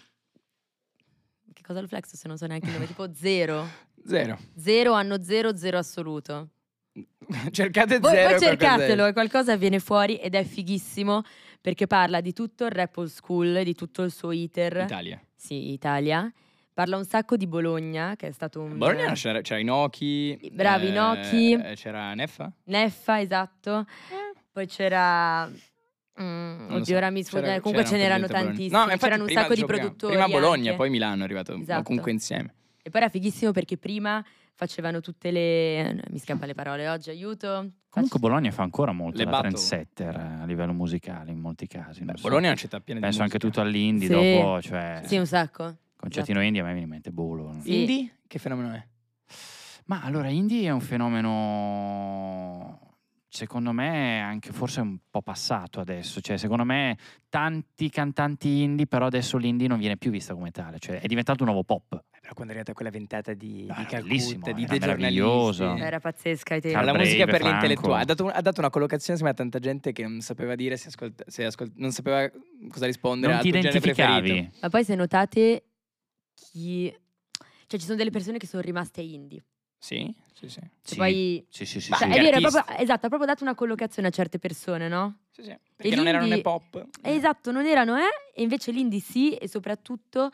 che cosa lo flexo se non so neanche il nome, tipo Zero. Zero. Anno zero, zero assoluto. Cercate Voi zero. cercatelo e qualcosa viene fuori ed è fighissimo perché parla di tutto il rap old school, di tutto il suo iter. Italia. Sì, Italia. Parla un sacco di Bologna, che è stato un... Bologna c'era Inoki. Bravi, Inoki. C'era Neffa. Neffa, esatto. Poi c'era... Non lo oddio, so. ora mi sfugge. C'era- Comunque ce c'era n'erano un po' di gente a Bologna. tantissimi. No, ma infatti C'erano un prima, sacco di dicevo produttori. Prima Bologna, anche. poi Milano è arrivato. Ma Esatto. comunque insieme. E poi era fighissimo perché prima facevano tutte le... Mi scappa le parole oggi, aiuto. Comunque Bologna fa ancora molto Le da battle. trendsetter a livello musicale in molti casi. non Beh, so. Bologna è una città piena di Penso anche musica. tutto all'indie Sì. dopo, cioè Sì, un sacco. concertino indie a me viene in mente Bolo. Sì. Indie? Che fenomeno è? Ma allora indie è un fenomeno secondo me anche forse un po' passato adesso, cioè secondo me tanti cantanti indie, però adesso l'indie non viene più vista come tale, cioè è diventato un nuovo pop. Però quando è arrivata quella ventata di era Calcutta, bellissimo, di era dei meraviglioso. giornalisti. Era pazzesca ai tempi. Carl La musica Brave, per Franco. l'intellettuale ha dato una collocazione secondo me, a tanta gente che non sapeva dire non sapeva cosa rispondere Non al ti tuo genere preferito. identificavi. Ma poi se notate chi... Cioè ci sono delle persone che sono rimaste indie. Sì, sì, sì. Che Sì. poi... Sì, sì, sì, Ma sì. Cioè, gli è vero, è artisti. proprio, esatto, ha proprio dato una collocazione a certe persone, no? Sì, sì. Perché non erano né pop. Esatto, non erano, e invece l'indie sì, e soprattutto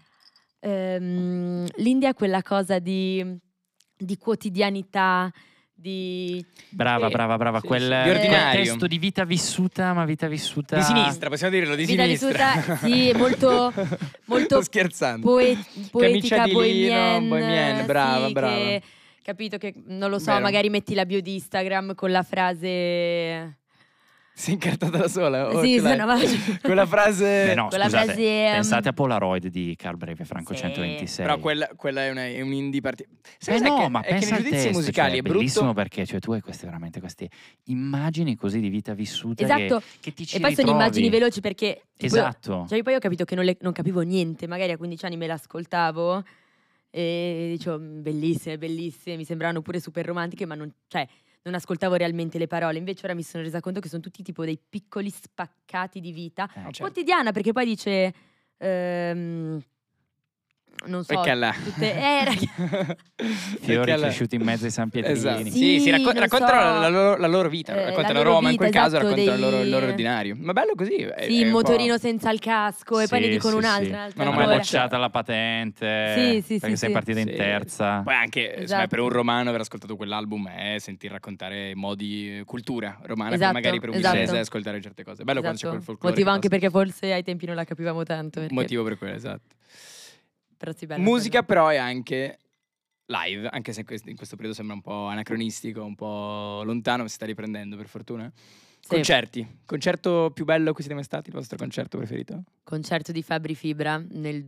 l'indie ha quella cosa di quotidianità, di... Brava, Sì, brava, sì, quel sì. Di quel ordinario. testo di vita vissuta, ma vita vissuta Di sinistra, possiamo dirlo, di Vita sinistra. vissuta, sì, molto Sto scherzando. poetica, di Lino, bohemian, bohemian, brava, sì, brava. che, capito che, non lo so, Vero. magari metti la bio di Instagram con la frase... Si è incartata da sola? o Sì, ce l'hai? sono avanti. Quella frase... Beh, no, Quella scusate, frase, pensate a Polaroid di Carl Brave e Franco Sì. 126. Però quella è un indie particolare. No, ma è che pensa nei al giudizi testo, musicali cioè, è brutto. bellissimo perché cioè, tu hai queste immagini così di vita vissuta Esatto, che ti ci e poi sono ritrovi. immagini veloci perché... tipo, Esatto. Cioè poi ho capito che non capivo niente, magari a 15 anni me l'ascoltavo e dicevo bellissime, bellissime, mi sembravano pure super romantiche, ma non ascoltavo realmente le parole. Invece ora mi sono resa conto che sono tutti tipo dei piccoli spaccati di vita Certo. quotidiana, perché poi dice non so, Perché là? tutte Fiori Perché cresciuti in mezzo ai San Pietrini. Esatto. Sì, Sì, non raccontano so. la loro vita, raccontano La loro Roma, in quel vita, caso esatto, raccontano il loro dei- ordinario. Ma bello così. sì, è il un po'- motorino senza il casco e poi ne Sì, dicono sì, un'altra, sì. un'altra Non ho Hanno mai ancora. bocciata la patente Sì, sì, perché sì, sei sì. partita in Sì. terza. Poi anche secondo me, Esatto. per un romano aver ascoltato quell'album è sentir raccontare modi, cultura romana, Esatto, come magari per un esatto. milanese ascoltare certe cose. Bello quando c'è quel Esatto. folklore. Motivo che anche passa. perché forse ai tempi non la capivamo tanto. Perché... Motivo per quello, esatto. Però sì, bella Musica quella. però è anche live, anche se in questo periodo sembra un po' anacronistico, un po' lontano, si sta riprendendo per fortuna. Sì. Concerto più bello a cui siete mai stati, il vostro concerto preferito? Concerto di Fabri Fibra nel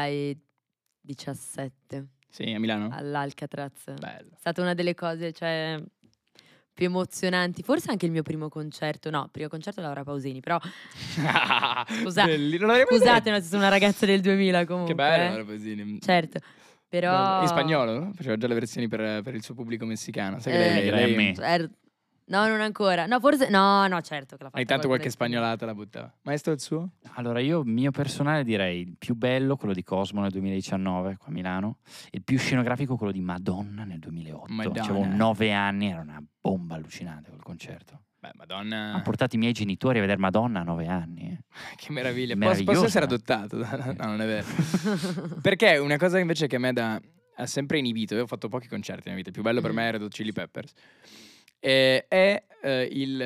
2017 Sì, a Milano? all'Alcatraz. Bello. È stata una delle cose, cioè, più emozionanti. Forse anche il mio primo concerto. No, primo concerto Laura Pausini, però Belli, non l'avrei mai scusate, detto. no, sono una ragazza del 2000 comunque. Che bello, Laura Pausini. Certo, però... Bello. In spagnolo? No? Faceva già le versioni per il suo pubblico messicano. Sai che Eh, Grammy. No, non ancora. No, forse... No, certo che l'ha fatta ogni tanto qualche qualcuno in spagnolo. spagnolata la buttava. Maestro il suo? Allora, io, mio personale, direi il più bello, quello di Cosmo nel 2019, qua a Milano. Il più scenografico, quello di Madonna nel 2008. Madonna. Avevo 9 anni, era una bomba allucinante quel concerto. Beh, Madonna. Hanno portato i miei genitori a vedere Madonna a 9 anni. Che meraviglia. Meraviglioso. Posso essere adottato? No, non è vero. Perché una cosa invece che a me ha sempre inibito, io ho fatto pochi concerti nella vita, il più bello per me è Red Hot Chili Peppers, è il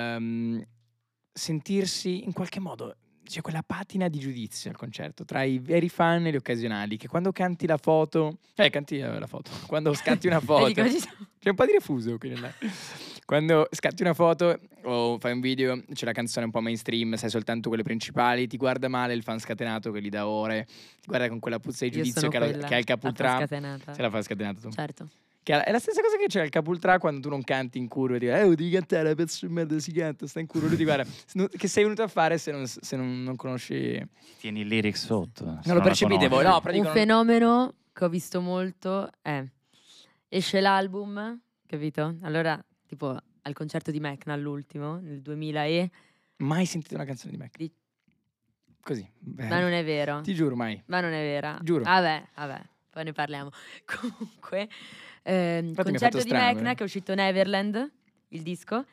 sentirsi in qualche modo, c'è quella patina di giudizio al concerto tra i veri fan e gli occasionali, che quando canti la foto, quando scatti una foto, Vedi come ci siamo? c'è un po' di refuso qui quando scatti una foto o fai un video, c'è la canzone un po' mainstream, sai soltanto quelle principali, ti guarda male il fan scatenato che gli dà ore, ti guarda con quella puzza di Io giudizio sono che quella, ha il la Capultra. scatenata. Se la fa scatenata tu. Certo. Che è la stessa cosa che c'è al Capultra quando tu non canti in curva e dici devi cantare, pezzo di merda, si canta, sta in curva, lui ti guarda, che sei venuto a fare se non conosci... Tieni il lyrics sotto. Non lo percepite voi, no, però Un dicono... fenomeno che ho visto molto è esce l'album, capito? Allora, tipo al concerto di Mecna all'ultimo, nel 2000 Mai sentito una canzone di Mac? Di- Così. Ma non è vero. Ti giuro, mai. Ma non è vera. Giuro. Vabbè, poi ne parliamo. Comunque, mi ha concerto fatto di strano, Mecna che è uscito Neverland, il disco,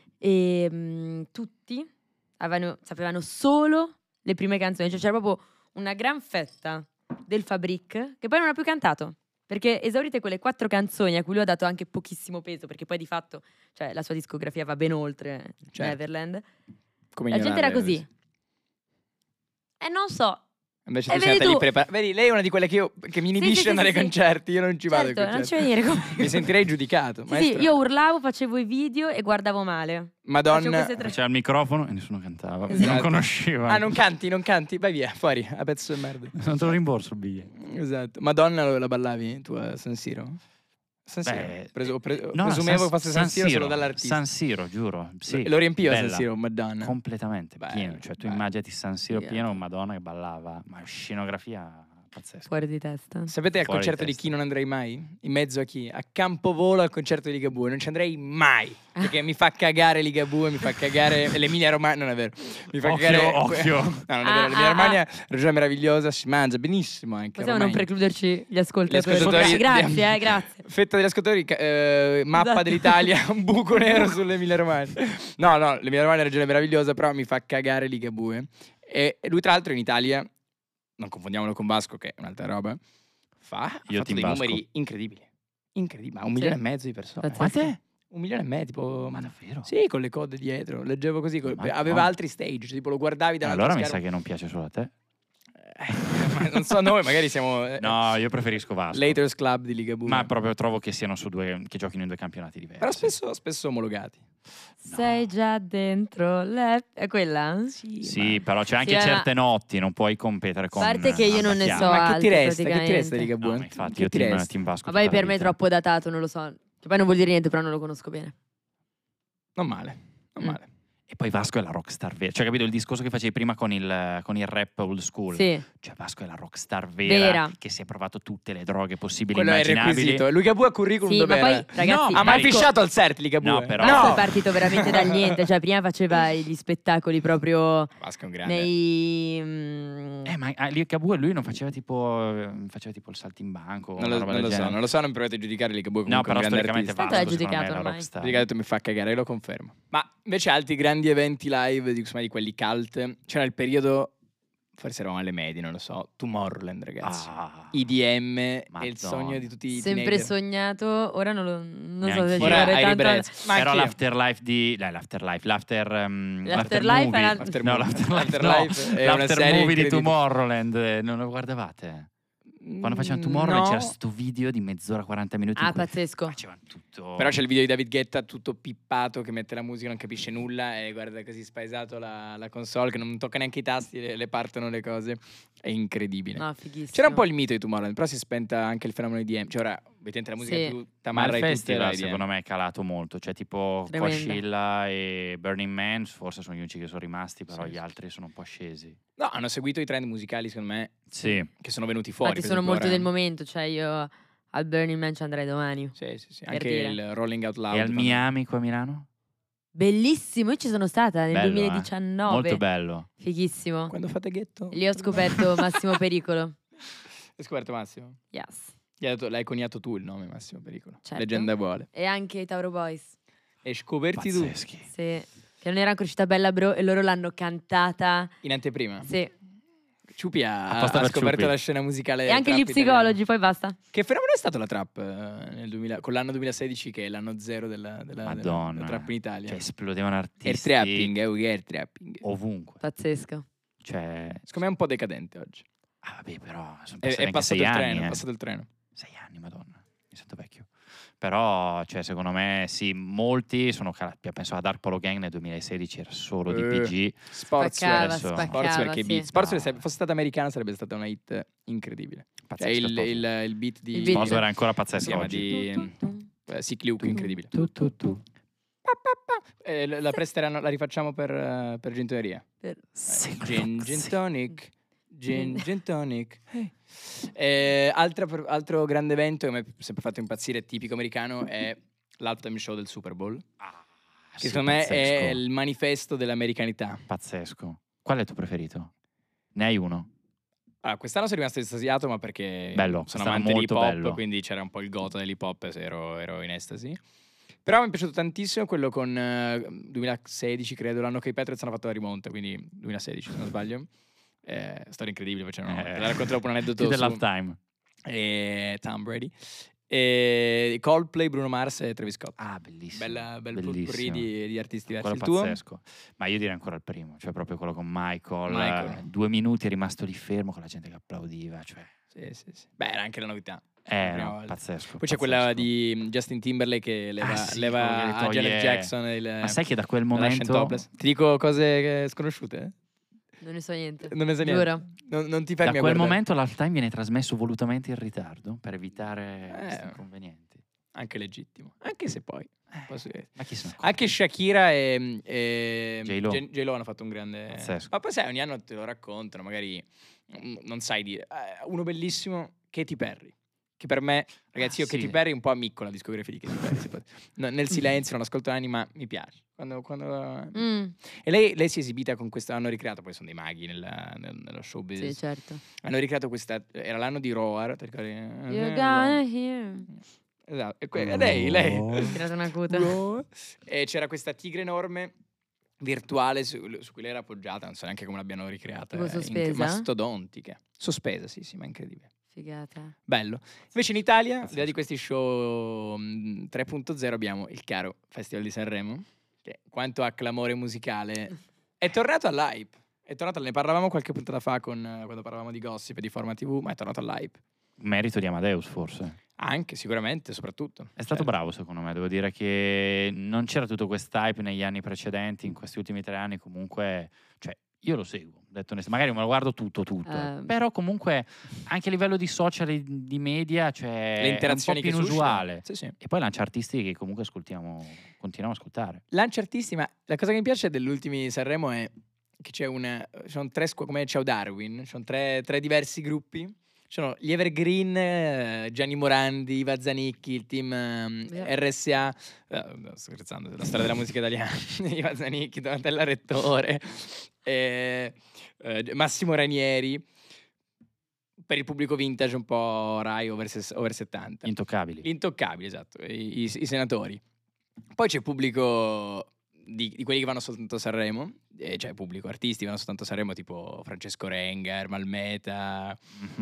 e tutti sapevano solo le prime canzoni, cioè c'era proprio una gran fetta del Fabric che poi non ha più cantato. Perché esaurite quelle 4 canzoni a cui lui ha dato anche pochissimo peso, perché poi di fatto, cioè, la sua discografia va ben oltre Certo. Neverland. Come La gente era ignorarle, così. E non so. Invece E tu sei vedi andata lì tu. preparata. Vedi, lei è una di quelle che mi inibisce sì, andare ai sì. concerti. Io non ci vado ai Certo, non concerti. ci venire come... Mi sentirei giudicato. Sì, Maestro, io urlavo, facevo i video e guardavo male. Facevo Madonna. queste tre- C'era il microfono e nessuno cantava. Esatto. Non conosceva. Ah, non canti? Vai via, fuori, a pezzo di merda. Non te lo rimborso il biglietto. Esatto. Madonna la ballavi tu a San Siro? San Siro? Beh, No, presumevo fosse San Siro solo San dall'artista. Siro, giuro. Sì, Lo riempiva San bella. Siro, Madonna. Completamente Bello, pieno. Cioè, tu bello. immaginati San Siro Sì, pieno, Madonna che ballava. Ma scenografia pazzesca. Fuori di testa. Sapete al Fuori di concerto di testa. chi non andrei mai? In mezzo a chi? A Campovolo al concerto di Ligabue. Non ci andrei mai. Perché mi fa cagare Ligabue, mi fa cagare l'Emilia Romagna. Non è vero. Mi fa Occhio, cagare. occhio. No, non è vero. L'Emilia Romagna, regione meravigliosa, si mangia benissimo anche. Possiamo non ormai. precluderci gli ascoltatori. Gli ascoltatori- Grazie, grazie. Fetta degli ascoltatori, mappa Esatto. dell'Italia, un buco nero sull'Emilia Romagna. No, l'Emilia Romagna è una regione meravigliosa, però mi fa cagare Ligabue. E lui, tra l'altro, in Italia, non confondiamolo con Vasco, che è un'altra roba, ha fatto Team dei Vasco. numeri incredibili. Incredibili, ma 1,5 milioni di persone. Pazzesco. Quante? 1,5 milioni, tipo. Ma davvero? Sì, con le code dietro. Leggevo così. Madonna. Aveva altri stage, tipo lo guardavi dall'altro Allora mi sa schermo. che non piace solo a te. Ma non so noi, magari siamo No, io preferisco Vasco. Laters Club di Ligabue. Ma proprio trovo che siano che giochino in 2 campionati diversi. Però spesso omologati. Sei già dentro è quella? Sì, però c'è anche Sì, certe notti, non puoi competere con. A parte che io non ne Abbachiano. so Ma che ti altri, resta? Che ti resta di praticamente. Ligabue? No, ma infatti Che io ti team resta? Vasco. Ma poi tutta la per me è vita. troppo datato, non lo so. Che poi non vuol dire niente, però non lo conosco bene. Non male, non Mm. male. E poi Vasco è la rockstar vera. Cioè, capito il discorso che facevi prima con il rap old school? Sì. Cioè, Vasco è la rockstar vera, Vera. che si è provato tutte le droghe possibili Quello e è il immaginabili. requisito. Ligabue a curriculum Sì, dove ma poi, era? ragazzi, No, Ha mai Vasco- fisciato al CERT Ligabue? No, però- Vasco No! è partito veramente dal niente, cioè prima faceva gli spettacoli proprio Vasco è un grande. nei... Ma Ligabue lui non faceva tipo il saltimbanco o Non una lo, roba non del lo so, genere? non lo so, non provate a giudicare Ligabue No, comunque però è un grande storicamente artista. Tanto l'hai Vasco secondo me è giudicato la ormai. rockstar. Liga mi fa cagare, lo confermo. Ma invece altri grandi eventi live di quelli cult, c'era il periodo, forse eravamo alle medie, non lo so, Tomorrowland, ragazzi. Ah, IDM è il Madonna. sogno di tutti i Sempre teenager. sognato, ora non so Neanch'io. se ci Ora vorrei hai tanto... ribrezzo. Ma però anch'io. l'afterlife di... l'afterlife, L'afterlife movie. è una- After No, Movie. l'afterlife no. Afterlife è una L'after serie movie di incredibile. Tomorrowland, non lo guardavate? Quando facevano Tomorrowland No. c'era sto video di mezz'ora, 40 minuti. Ah, in cui pazzesco. facevano tutto. Però c'è il video di David Guetta tutto pippato che mette la musica, non capisce nulla e guarda così spaesato la console che non tocca neanche i tasti, le partono le cose. È incredibile. No, fighissimo. C'era un po' il mito di Tomorrowland, però si è spenta anche il fenomeno IDM. Cioè ora, vedete la musica Sì. più Ma tamarra il di tutte festival era IDM. secondo me è calato molto. Cioè tipo Tremenda. Coachella e Burning Man forse sono gli unici che sono rimasti, però Sì, gli sì. altri sono un po' scesi. No, hanno seguito i trend musicali, secondo me, Sì. che sono venuti fuori. Infatti per sono esempio, molto ora- del momento, cioè io al Burning Man ci andrei domani. Sì, sì, sì. Per Anche dire. il Rolling Out Loud. E al fanno- Miami qua a Milano? Bellissimo, io ci sono stata nel Bello, 2019. Molto bello. Fighissimo. Quando fate ghetto? Lì ho scoperto Massimo Pericolo. Hai scoperto Massimo? Yes. L'hai coniato tu il nome Massimo Pericolo. Certo. Leggenda vuole. E anche i Tauro Boys. E scoperti tu Pazzeschi. Sì. Che non era ancora uscita Bella Bro e loro l'hanno cantata. in anteprima. Sì. Ciupi ha Apposta per scoperto Ciupi. la scena musicale. E anche trap gli italiana. psicologi, poi basta. Che fenomeno è stato la trap nel 2000, con l'anno 2016 che è l'anno zero della Madonna. trap in Italia? Cioè esplodevano air artisti trapping, air trapping. ovunque. Pazzesco. Cioè, Secondo me è un po' decadente oggi. vabbè, però sono È, passati è anche passato 6 il anni. treno, è passato il treno. 6 anni, madonna. Mi sento vecchio. Però, cioè, secondo me, sì, molti sono calati. Penso a Dark Polo Gang nel 2016 era solo di PG. Sportswear, Spaccava, adesso- spaccava, Sportswear che sì. beat. Sportswear No. se fosse stata americana sarebbe stata una hit incredibile. Cioè, Pazzesco, il Sportswear. beat di Il beat. Sportswear è ancora si pazzesco chiama oggi. di Sick Luke, incredibile. Tu. La presteranno, la rifacciamo per Gintoneria. Gin tonic. Gin tonic. Altro grande evento che mi ha sempre fatto impazzire, tipico americano, è l'halftime show del Super Bowl. Che Sì, secondo me è pazzesco. il manifesto dell'americanità. Pazzesco. Qual è il tuo preferito? Ne hai uno? Allora, quest'anno sono rimasto estasiato, ma perché Bello, sono quest'anno amante di hip molto hop, bello. quindi c'era un po' il goto dell'hip hop e ero in estasi. Però mi è piaciuto tantissimo quello con 2016, credo, l'anno che i Patriots hanno fatto la rimonta, quindi 2016 se non sbaglio. Storia incredibile, facevano, te la racconto dopo un aneddoto Più su dell'halftime. Tom Brady. E Coldplay, Bruno Mars e Travis Scott. Ah, bellissimo. Bel bellissimo. potpourri di artisti diversi. Quello Il tuo? pazzesco. Ma io direi ancora il primo, cioè proprio quello con Michael. Michael. 2 minuti è rimasto lì fermo con la gente che applaudiva. Cioè. Sì. Beh, era anche la novità. Eh, prima no, volta. pazzesco. Poi c'è quella di Justin Timberlake che leva, Ah, sì, leva quello che le a toglie- Janet Jackson Ma sai che da quel la lascia in momento topless. Ti dico cose sconosciute? Non ne so niente. Non ne sai niente. Giuro. Non ti da fermi a quel guardare. momento l'halftime viene trasmesso volutamente in ritardo per evitare questi inconvenienti. Anche legittimo. Anche se poi posso dire. Ma chi se ne Anche Shakira e J-Lo. J-Lo hanno fatto un grande. Pazzesco. Ma poi sai, ogni anno te lo raccontano, magari non sai dire. Uno bellissimo, Katy Perry. Che per me, ragazzi, io sì. Katy Perry un po' ammicco la discografia di Katy Perry. si può- No, nel silenzio, non ascolto anni, ma mi piace. Mm, E lei si è esibita con questo. Hanno ricreato, poi sono dei maghi nello show sì, business. certo. Hanno ricreato questa. Era l'anno di Roar. Ti ricordi? You're gonna hear. Esatto. E lei. Oh. Ho tirato una cuta. E c'era questa tigre enorme virtuale su cui lei era appoggiata, non so neanche come l'abbiano ricreata. Tipo sospesa? Mastodontica. Sospesa, sì, ma incredibile. Figata. Bello. Invece in Italia, al di là di questi show 3.0, abbiamo il caro Festival di Sanremo, che quanto a clamore musicale è tornato all'hype. Ne parlavamo qualche puntata fa quando parlavamo di gossip e di forma TV, ma è tornato all'hype. Merito di Amadeus, forse. Anche, sicuramente, soprattutto. È stato Certo. bravo, secondo me. Devo dire che non c'era tutto quest'hype negli anni precedenti. In questi ultimi 3 anni, comunque, cioè, io lo seguo, detto onesto. Magari me lo guardo tutto. Però comunque anche a livello di social e di media, cioè, Le interazioni è un po' più che suscita. inusuale. Sì, sì. E poi lancia artisti che comunque continuiamo a ascoltare. Lancia artisti, ma la cosa che mi piace degli ultimi Sanremo è che sono tre come Ciao Darwin, sono tre diversi gruppi. Sono gli Evergreen, Gianni Morandi, Iva Zanicchi, il team RSA, no, sto scherzando, la storia della musica italiana, Iva Zanicchi, Donatella Rettore, Massimo Ranieri, per il pubblico vintage un po' Rai over 70. Intoccabili. Gli intoccabili, esatto, i senatori. Poi c'è pubblico di quelli che vanno soltanto a Sanremo, cioè pubblico, artisti che vanno soltanto a Sanremo, tipo Francesco Renga, Ermal Meta,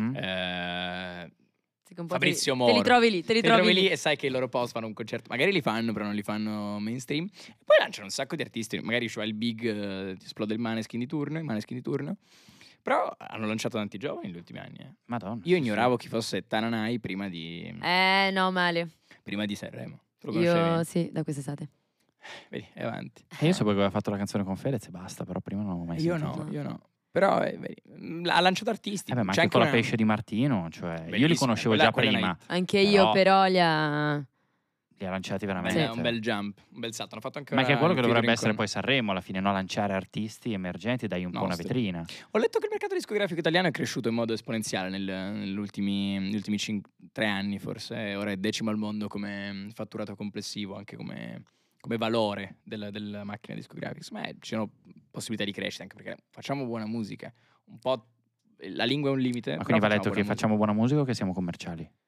Fabrizio Moro. Te li trovi lì e sai che il loro post fanno un concerto, magari li fanno però non li fanno mainstream, e poi lanciano un sacco di artisti, magari c'è il big, ti esplode il Maneskin di turno, però hanno lanciato tanti giovani negli ultimi anni. Madonna. Io ignoravo chi fosse Tananai prima di no, male. Sanremo. Tu lo conoscevi? Io sì, da quest'estate. Vedi, è avanti. E io sapevo che aveva fatto la canzone con Fedez e basta, però prima non l'ho mai Io sentito. no. Però vedi, ha lanciato artisti. Ma c'è anche con la una- pesce di Martino, cioè, io li Bellissima, conoscevo quella- già quella è prima. una Anche io però li ha... Li ha lanciati Beh, veramente. è un bel jump, un bel salto. Hanno fatto anche Ma che è quello che dovrebbe featuring essere con- poi Sanremo alla fine, no? Lanciare artisti emergenti, dai un po' una Nostri. vetrina. Ho letto che il mercato discografico italiano è cresciuto in modo esponenziale negli ultimi 3 anni, forse. Ora è 10° al mondo come fatturato complessivo, anche come valore della macchina discografica. Secondo me ci sono possibilità di crescita, anche perché facciamo buona musica. Un po' la lingua è un limite. Ma però quindi va facciamo letto che buona facciamo buona musica o che siamo commerciali? musica.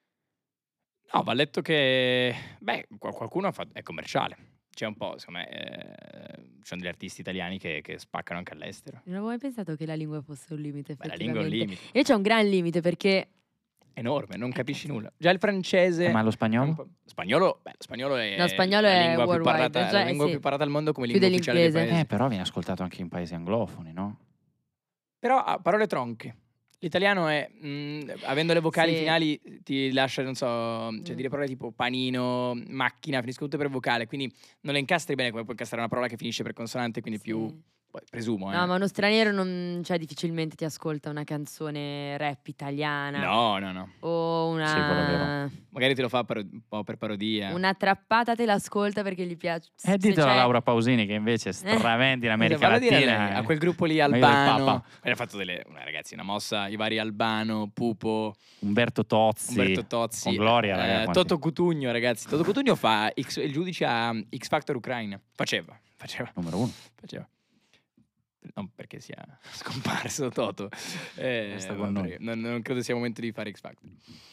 No, va letto che qualcuno è commerciale. C'è un po', secondo me, ci sono degli artisti italiani che spaccano anche all'estero. Non avevo mai pensato che la lingua fosse un limite, Beh, la lingua è un effettivamente. limite. Io c'ho un gran limite perché... Enorme, non capisci nulla. Già il francese... Ma lo è un spagnolo? po'- Spagnolo è No, spagnolo la è lingua più worldwide, parlata, cioè, la lingua sì. più parlata al mondo come Più lingua ufficiale del dell'inglese. paese. Però viene ascoltato anche in paesi anglofoni, no? Però ha parole tronche. L'italiano è, avendo le vocali Sì. finali, ti lascia, non so, cioè Mm. dire parole tipo panino, macchina, finiscono tutte per vocale, quindi non le incastri bene come puoi incastrare una parola che finisce per consonante, quindi più, Sì. poi, presumo, No, ma uno straniero cioè, difficilmente ti ascolta una canzone rap italiana. No. O una... Sì, quello è vero. Magari te lo fa un po' per parodia. Una trappata te l'ascolta perché gli piace. se Ditelo a c'è- Laura Pausini che invece stravendi in America Fallo dire a Latina. lei, a quel gruppo lì Meglio del Albano. Papa. Ha fatto ragazzi, una mossa, i vari Albano, Pupo, Umberto Tozzi. Umberto Tozzi, Con Gloria, ragazzi, quanti- Toto Cutugno, ragazzi. Toto Cutugno fa il giudice a X Factor Ucraina. Faceva. Numero 1. Non perché sia scomparso Toto. Resta con noi. Non credo sia il momento di fare X Factor.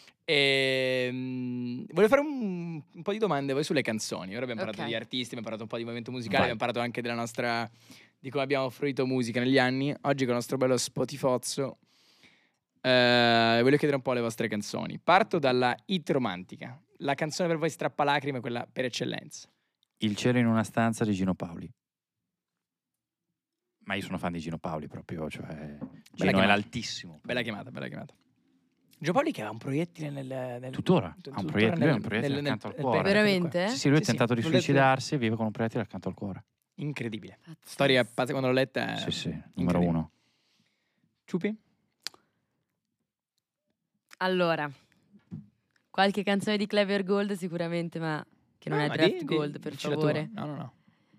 Volevo fare un po' di domande voi sulle canzoni. Ora abbiamo parlato Ok. di artisti, abbiamo parlato un po' di movimento musicale, Vai. abbiamo parlato anche di come abbiamo fruito musica negli anni. Oggi con il nostro bello Spotifozzo voglio chiedere un po' le vostre canzoni. Parto dalla hit romantica. La canzone per voi strappalacrime, quella per eccellenza. Il cielo in una stanza di Gino Paoli. Ma io sono fan di Gino Paoli proprio, cioè Gino è chiamata. l'altissimo. Bella chiamata. Gio Paoli che aveva un proiettile nel Tuttora. Ha un tuttora proiettile, lui ha un nel- proiettile nel- accanto al nel cuore. petto. Veramente? Sì, lui ha Sì, tentato di l'ho letto- suicidarsi e vive con un proiettile accanto al cuore. Incredibile. Pazzesco. Storia pazza, quando l'ho letta. Sì, sì, numero incredibile. 1. Ciupi? Allora, qualche canzone di Clever Gold sicuramente, ma che non No, è ma Draft Gold, per dici la tua. favore. No.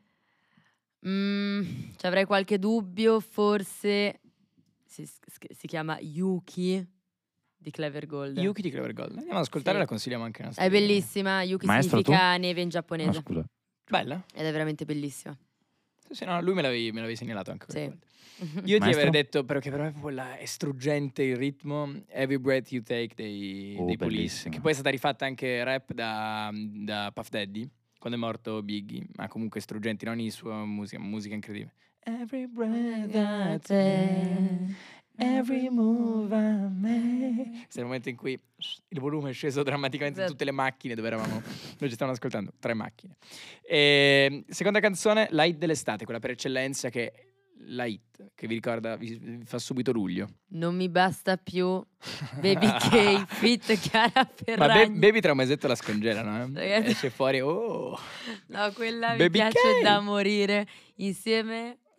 Ci avrei qualche dubbio, forse si chiama Yuki di Clever Gold. Yuki di Clever Gold. Andiamo ad ascoltare, Sì. la consigliamo anche ai nostri- È bellissima, Yuki Maestro, significa neve in No, giapponese scusa. Bella? ed è veramente bellissima. Sì, no, lui me l'avevi segnalato anche. Sì. Io ti Maestro? avrei detto, però che però è quella è struggente il ritmo, Every Breath You Take dei Police, bellissima. che poi è stata rifatta anche rap da Puff Daddy, quando è morto Biggie, ma comunque struggenti, non in sua musica incredibile. Every breath I take, every move I make. Questo è il momento in cui il volume è sceso drammaticamente in Esatto. tutte le macchine dove eravamo, noi ci stavano ascoltando, 3 macchine. Seconda canzone, la hit dell'estate, quella per eccellenza che è la hit, che vi ricorda, vi fa subito luglio. Non mi basta più Baby K, fit Chiara Ma Ferragni. Baby tra un mesetto la scongelano, Ragazzi. Esce fuori, oh! No, quella mi Baby piace K. da morire. Insieme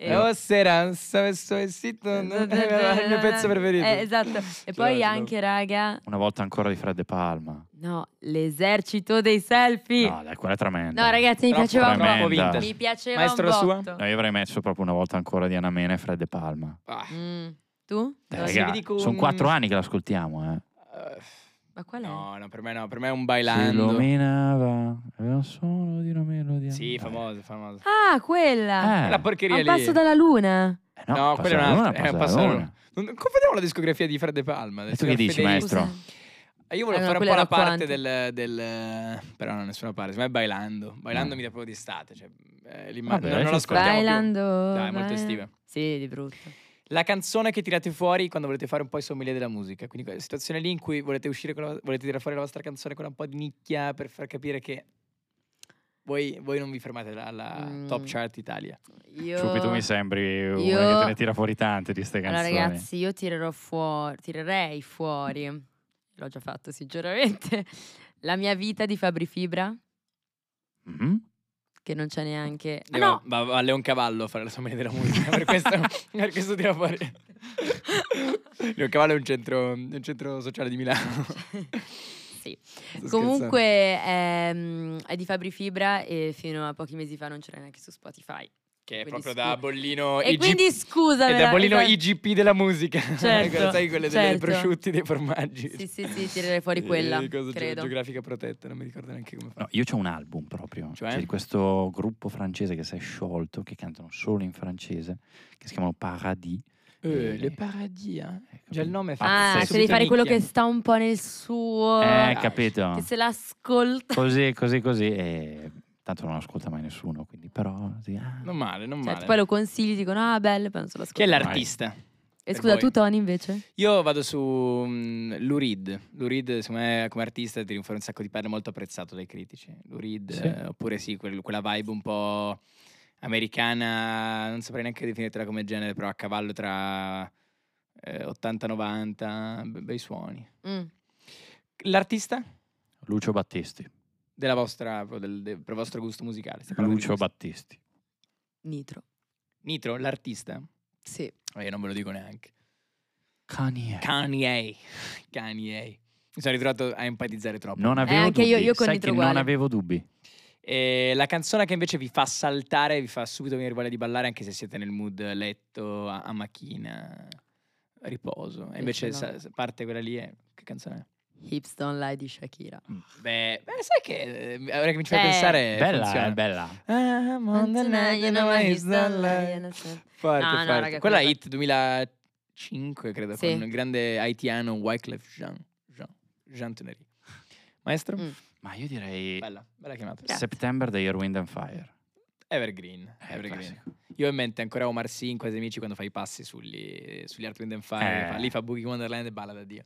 Oh sera, questo vestito è il mio pezzo preferito. Esatto. E poi anche, raga, Una volta ancora di Fred De Palma. no, l'esercito dei selfie. No, dai, quella è tremenda. No, ragazzi, mi piaceva un tremenda. botto. vintage. Mi piaceva Maestro, un la sua? botto. No, io avrei messo proprio Una volta ancora di Anna Mena e Fred De Palma. Ah. Tu? Dai, Dove- sì, raga, vi dico sono un- 4 anni che l'ascoltiamo, Ma qual è? No, per me no, per me è un Si bailando. illuminava, aveva un suono di una melodia. Sì, Dai. famoso. Ah, quella. La A porcheria un lì. passo dalla luna. No, Passa quella è la un'altra, luna, è un passa passo la alla luna. luna. Non confondiamo la discografia di Fred De Palma. E tu che dici, Fedeli. maestro? Scusa. Io volevo no, fare un quella po' la era parte quanto. però non nessuna parte, secondo me è bailando. Bailando mi dà proprio di estate, cioè, Vabbè, non ci l'ascoltiamo più. Bailando. Dai, molto estiva. Sì, di brutto. La canzone che tirate fuori quando volete fare un po' i sommelier della musica. Quindi quella situazione lì in cui volete uscire volete tirare fuori la vostra canzone con un po' di nicchia per far capire che voi non vi fermate alla top chart Italia. Io... Ciupi, tu mi sembri una io- che te ne tira fuori tante di ste Allora, canzoni. ragazzi, io tirerei fuori, l'ho già fatto sinceramente, La mia vita di Fabri Fibra, Mhm. che non c'è neanche... Ah, Io no! va a Leoncavallo a fare la sommelier della musica, per questo tira fuori. Leoncavallo è un centro sociale di Milano. Sì. Sto Comunque è di Fabri Fibra e fino a pochi mesi fa non c'era neanche su Spotify. Che è Quindi proprio da bollino E quindi scusa, è da bollino esatto. IGP della musica. Certo, Sai, quelle dei certo. prosciutti, dei formaggi. Sì, tirerei fuori quella, Cosa credo. geografica protetta, non mi ricordo neanche come fa. No, io c'ho un album proprio, Cioè? di questo gruppo francese che si è sciolto, che cantano solo in francese, che si chiamano Paradis. Le paradis, già il nome fa Ah, Pazzesco. se devi fare quello nicchia. che sta un po' nel suo... Capito? Che se l'ascolta... Così, e tanto non ascolta mai nessuno, quindi però... Sì, Non male, non Cioè, male. tu poi lo consigli, dicono, ah, bello, poi non se Chi è l'ascolta. l'artista? E per scusa, voi? tu Tony invece? Io vado su Lou Reed. Lou Reed, secondo me, come artista tira fuori un sacco di perle, molto apprezzato dai critici. Lou Reed, Sì. oppure sì, quella vibe un po' americana, non saprei neanche definirla come genere, però a cavallo tra 80-90, bei suoni. Mm. L'artista? Lucio Battisti. Della vostra, per il vostro gusto musicale. Stiamo parlando di Lucio musica. Battisti. Nitro. Nitro, l'artista? Sì. Io non ve lo dico neanche. Kanye. Kanye. Mi sono ritrovato a empatizzare troppo. Non avevo anche dubbi. io con Sai Nitro che uguale. non avevo dubbi. E la canzone che invece vi fa saltare, vi fa subito venire voglia di ballare anche se siete nel mood letto, a macchina, riposo. E invece ce l'ho. parte quella lì, che canzone è? Hips Don't Lie di Shakira. Beh, sai che ora che mi ci fai pensare Bella, funziona. è bella. I'm on the night, you know my hips don't lie. Forte, No, no, forte. raga, Quella è quella- hit 2005, credo, Sì. con il grande haitiano Wyclef Jean Tenery. Maestro? Mm. Ma io direi Bella chiamata. Grazie. September dei Air, Wind and Fire. Evergreen. Classico. Io ho in mente ancora Omar Sy in Quasi Amici quando fa i passi sugli Earth, Wind and Fire. Lì fa Boogie Wonderland e balla da Dio.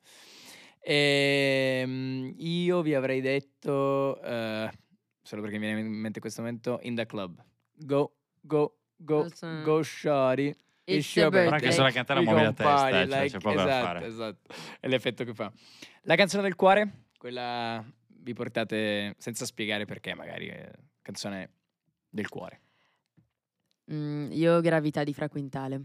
Io vi avrei detto, solo perché mi viene in mente in questo momento, In the Club. Go shawty. It's your birthday. Però anche solo a cantare muovi la testa, cioè, c'è poco da fare. Esatto, è l'effetto che fa. La canzone del cuore, quella vi portate senza spiegare perché, magari è canzone del cuore. Io Gravità di Fra Quintale.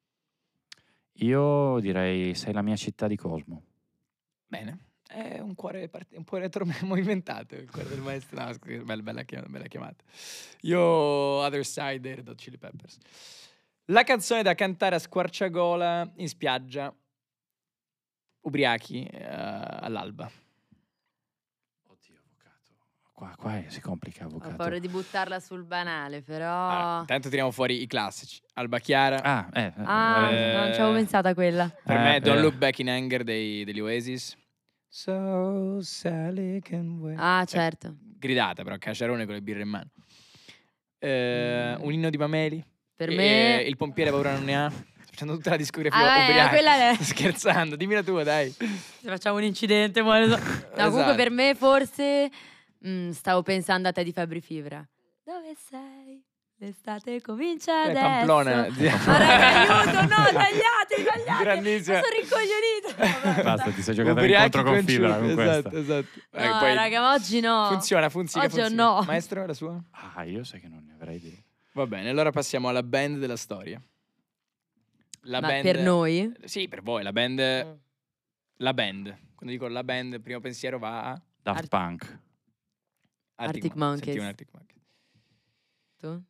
Io direi Sei la mia città di Cosmo. Bene. È un cuore un po' movimentato, il cuore del maestro. No, scusa, bella chiamata. Io Other Side dei Red Hot Chili Peppers. La canzone da cantare a squarciagola in spiaggia, ubriachi, all'alba. Oddio, avvocato. Qua si complica, Ho avvocato. paura di buttarla sul banale, però... Allora, intanto tiriamo fuori i classici. Alba Chiara. non ci avevo pensato a quella. Per me Don't vero. Look Back in Anger degli Oasis. So Sally can wait. Ah, certo. Gridata però, Caciarone con le birre in mano. Un inno di Mameli. Per me... Il pompiere paura non ne ha. Sto facendo tutta la discografia Ah, ubriaca. quella è... Sto scherzando, dimmi la tua, dai. Se facciamo un incidente, no, comunque Esatto. per me forse stavo pensando a te di Fabri Fibra. Dove sei? L'estate comincia adesso. Pamplona. Ma raga, aiuto, no, tagliate. Grandissima. Ma sono rincoglionita. Basta, ti sei giocato Ubriachi l'incontro con Fibra con esatto, questa. esatto. No, Poi raga, ma oggi no. funziona. Oggi no. Maestro, la sua? Ah, io sai che non ne avrei idea. Va bene, allora passiamo alla band della storia. La Ma band... per noi? Sì, per voi, la band... La band. Quando dico la band, il primo pensiero va a... Daft Punk. Arctic Monkeys. Sentiamo Arctic Monkeys. Tu?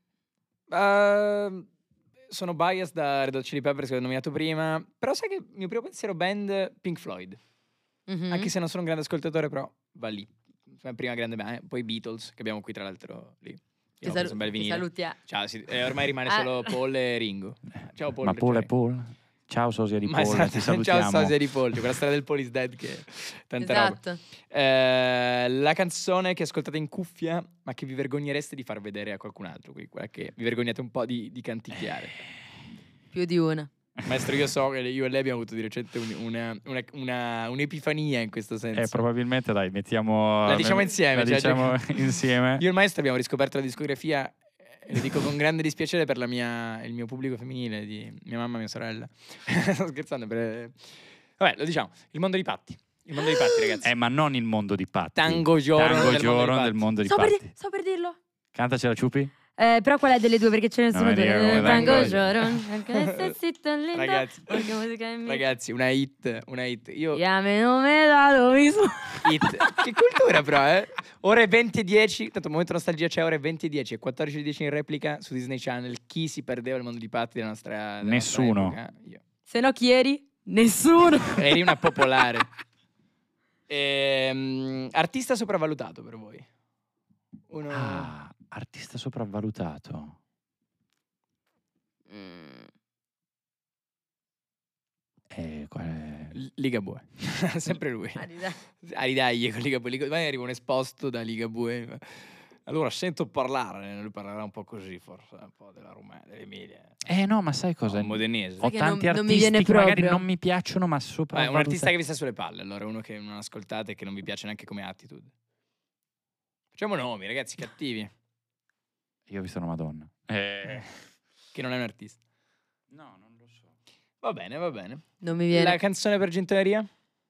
Sono biased da Red Hot Chili Peppers che ho nominato prima, però sai che il mio primo pensiero band Pink Floyd. Mhm. Anche se non sono un grande ascoltatore, però va lì. Prima grande band, poi Beatles, che abbiamo qui tra l'altro lì. Abbiamo preso un bel vinile. Salutiamo. Ciao, ormai rimane solo Paul e Ringo. Ciao Paul. Ma Paul e piacere. Paul? Ciao sosia di Ma Paul, esatto, ti salutiamo. ciao sosia di Paul, quella storia del Paul is dead che è tanta roba. Esatto. La canzone che ascoltate in cuffia, ma che vi vergognereste di far vedere a qualcun altro, quindi quella che vi vergognate un po' di canticchiare. Più di una. Maestro, io so che io e lei abbiamo avuto di recente un'epifania in questo senso. Probabilmente dai, mettiamo... La diciamo insieme. La diciamo insieme. Io e il maestro abbiamo riscoperto la discografia, e lo dico con grande dispiacere per il mio pubblico femminile, di mia mamma e mia sorella. Sto scherzando. Vabbè, lo diciamo, il mondo di Patti. Il mondo di Patti, ragazzi. Ma non il mondo di Patti. Tango Giorno del mondo di Patti. So per dirlo. Cantacela, Ciupi. Però qual è delle due? Perché ce ne sono Maria, due. come Tango Tango Giorno. Necessito linda. Ragazzi, Perché musica è mia. ragazzi, una hit. Io Chiame nome dato mi su. hit. Che cultura però, eh? Ore 20:10, tanto momento nostalgia c'è, ore 20:10 e 14:10 in replica su Disney Channel. Chi si perdeva il mondo di Patti della nostra Nessuno. nostra epoca? Io. Se no chi eri? Nessuno. Eri una popolare. Artista sopravvalutato per voi? Artista sopravvalutato. Qual è? Ligabue. Sempre lui. Aridaglie con Ligabue. Magari arriva un esposto da Ligabue. Allora sento parlare, lui parlerà un po' così forse, un po' della Romagna, dell'Emilia. No, ma sai cosa? Un modenese. Ho che tanti non mi artisti viene che magari proprio. non mi piacciono, ma Un sopravvalutati. artista che vi sta sulle palle, allora, uno che non ascoltate e che non vi piace neanche come attitude. Facciamo nomi, ragazzi, cattivi. Io ho visto una Madonna. Che non è un artista. No, non lo so. Va bene, va bene. Non mi viene. La canzone per Gintoneria?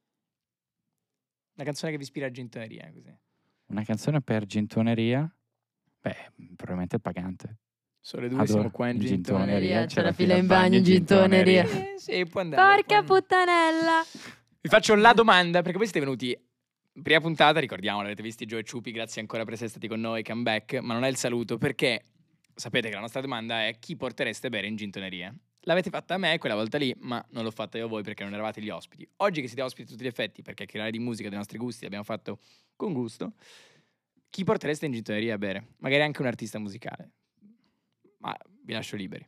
La canzone che vi ispira a Gintoneria, così. Una canzone per gintoneria? Beh, probabilmente il Pagante. Sono le due, siamo qua in Gintoneria. C'è la fila in bagno in gintoneria. Sì, può andare. Porca puttanella. Vi faccio la domanda, perché voi siete venuti... Prima puntata, ricordiamo, l'avete visti Gio e Ciupi, grazie ancora per essere stati con noi, comeback, ma non è il saluto, perché sapete che la nostra domanda è chi portereste a bere in Gintoneria? L'avete fatta a me quella volta lì, ma non l'ho fatta io a voi perché non eravate gli ospiti. Oggi che siete ospiti a tutti gli effetti, perché chiacchierare di musica, dei nostri gusti, l'abbiamo fatto con gusto, chi portereste in Gintoneria a bere? Magari anche un artista musicale. Ma vi lascio liberi.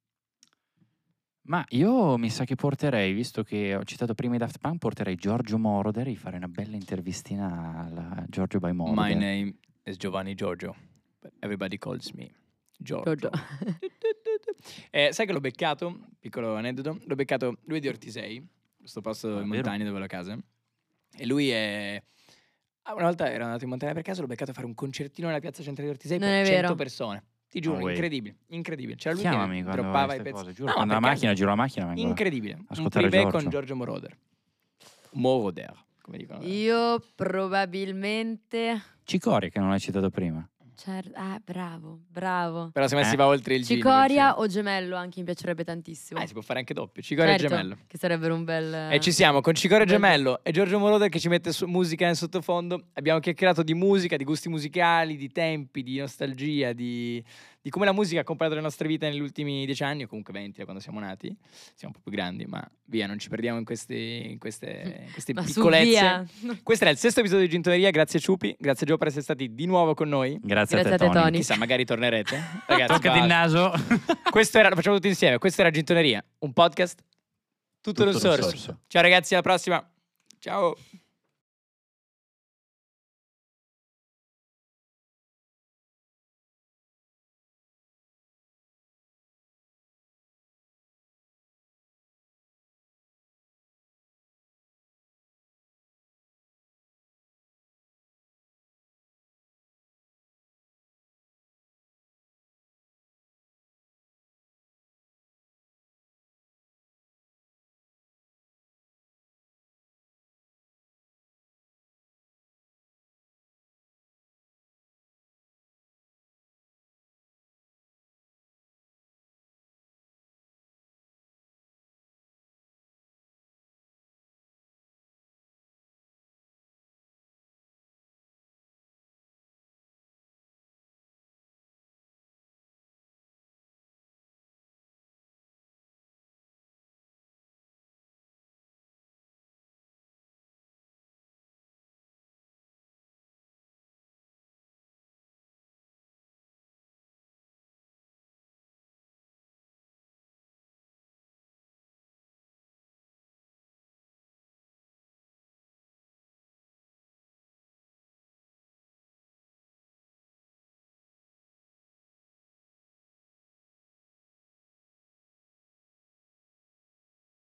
Ma io mi sa che porterei, visto che ho citato prima i Daft Punk, porterei Giorgio Moroder e fare una bella intervistina alla Giorgio by Moroder. My name is Giovanni Giorgio, but everybody calls me Giorgio. Sai che l'ho beccato, piccolo aneddoto, l'ho beccato, lui è di Ortisei, questo posto in montagna dove ho la casa, e lui è... Una volta ero andato in montagna per caso, l'ho beccato a fare un concertino nella piazza centrale di Ortisei Non per è 100 vero. persone. Ti giuro, No way. incredibile. C'era lui Chiamami che quando droppava fai i queste pezzi. cose, giuro. No, Quando per la caso. macchina, giro la macchina, vengo Incredibile. Un ascoltare privé Giorgio. con Giorgio Moroder. Moroder, come dicono. Io probabilmente... Cicoria, che non l'hai citato prima. Bravo. Però se me si va oltre il gin. Cicoria o Gemello anche mi piacerebbe tantissimo. si può fare anche doppio. Cicoria Certo, e Gemello. che sarebbero un bel... E ci siamo con Cicoria e Gemello e Giorgio Moroder che ci mette musica in sottofondo. Abbiamo chiacchierato di musica, di gusti musicali, di tempi, di nostalgia, di come la musica ha accompagnato le nostre vite negli ultimi 10 anni, o comunque 20 da quando siamo nati. Siamo un po' più grandi, ma via, non ci perdiamo in queste Ma su, piccolezze. via. Questo era il 6º episodio di Gintoneria. Grazie Ciupi, grazie Gio per essere stati di nuovo con noi. Grazie a Grazie te, a te, Tony. Chissà, magari tornerete. Ragazzi, Toccati il naso. questo era, lo facciamo tutti insieme. Questo era Gintoneria, un podcast tutto Tutto lo lo sorso. sorso. Ciao ragazzi, alla prossima. Ciao.